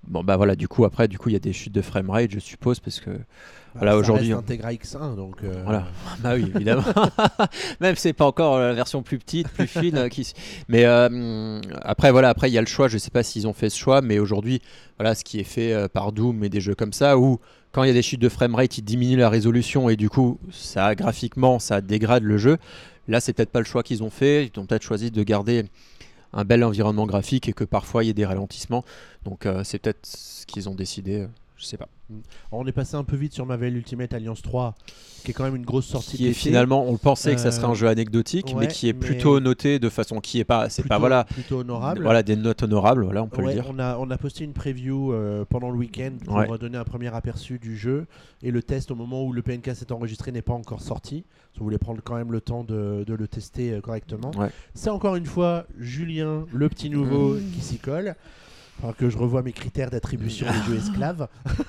bon bah voilà, du coup il y a des chutes de framerate, je suppose, parce que voilà, ça aujourd'hui reste un Tegra X1, donc voilà. Bah oui, évidemment. Même c'est pas encore la version plus petite, plus fine mais après il y a le choix, je sais pas s'ils ont fait ce choix, mais aujourd'hui voilà, ce qui est fait par Doom et des jeux comme ça, où quand il y a des chutes de framerate, ils diminuent la résolution et du coup ça graphiquement ça dégrade le jeu. Là c'est peut-être pas le choix qu'ils ont fait, ils ont peut-être choisi de garder un bel environnement graphique et que parfois il y ait des ralentissements, donc c'est peut-être ce qu'ils ont décidé, je sais pas. On est passé un peu vite sur Marvel Ultimate Alliance 3, qui est quand même une grosse sortie. Qui est finalement, on pensait que ça serait un jeu anecdotique, mais qui est plutôt noté de façon qui est pas, c'est plutôt, pas voilà, plutôt honorable. Voilà, des notes honorables, voilà, on peut le dire. On a posté une preview pendant le week-end pour donner un premier aperçu du jeu, et le test au moment où le PNcast est enregistré n'est pas encore sorti. Si vous voulez prendre quand même le temps de le tester correctement. C'est encore une fois Julien, le petit nouveau, qui s'y colle. Alors que je revois mes critères d'attribution des jeux esclaves.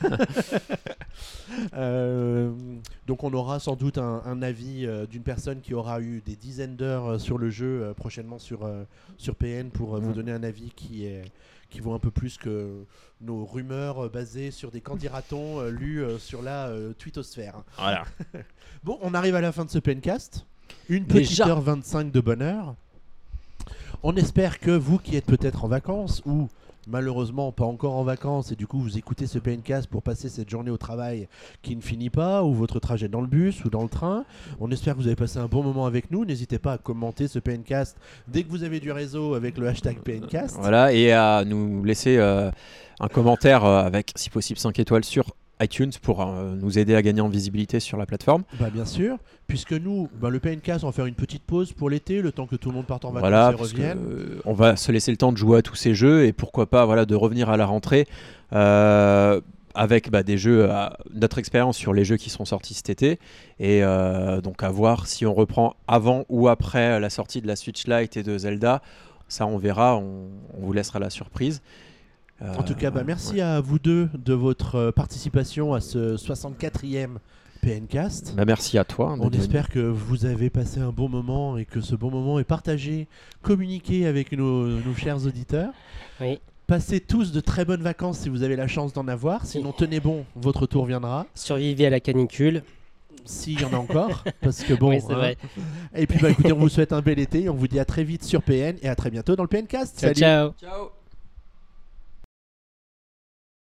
Donc on aura sans doute un avis d'une personne qui aura eu des dizaines d'heures sur le jeu prochainement sur PN pour vous donner un avis qui vaut un peu plus que nos rumeurs basées sur des candidatons lus sur la twittosphère. Voilà. Bon, on arrive à la fin de ce PNcast. Une petite heure 25 de bonheur. On espère que vous qui êtes peut-être en vacances ou malheureusement pas encore en vacances et du coup vous écoutez ce PNcast pour passer cette journée au travail qui ne finit pas, ou votre trajet dans le bus ou dans le train, on espère que vous avez passé un bon moment avec nous. N'hésitez pas à commenter ce PNcast dès que vous avez du réseau avec le hashtag PNcast. Voilà, et à nous laisser un commentaire avec si possible 5 étoiles sur iTunes pour nous aider à gagner en visibilité sur la plateforme. Bah bien sûr, puisque nous, le PNcast, on va faire une petite pause pour l'été, le temps que tout le monde parte en vacances et revienne. On va se laisser le temps de jouer à tous ces jeux et pourquoi pas de revenir à la rentrée avec des jeux, notre expérience sur les jeux qui seront sortis cet été, et donc à voir si on reprend avant ou après la sortie de la Switch Lite et de Zelda. Ça on verra, on vous laissera la surprise. En tout cas, merci à vous deux de votre participation à ce 64e PNcast. Merci à toi. On espère que vous avez passé un bon moment et que ce bon moment est partagé, communiqué avec nos chers auditeurs. Oui. Passez tous de très bonnes vacances si vous avez la chance d'en avoir. Sinon, tenez bon, votre tour viendra. Survivez à la canicule. S'il y en a encore, parce que bon. Oui, c'est vrai. Et puis écoutez, on vous souhaite un bel été et on vous dit à très vite sur PN et à très bientôt dans le PNcast. Ciao, Salut. ciao.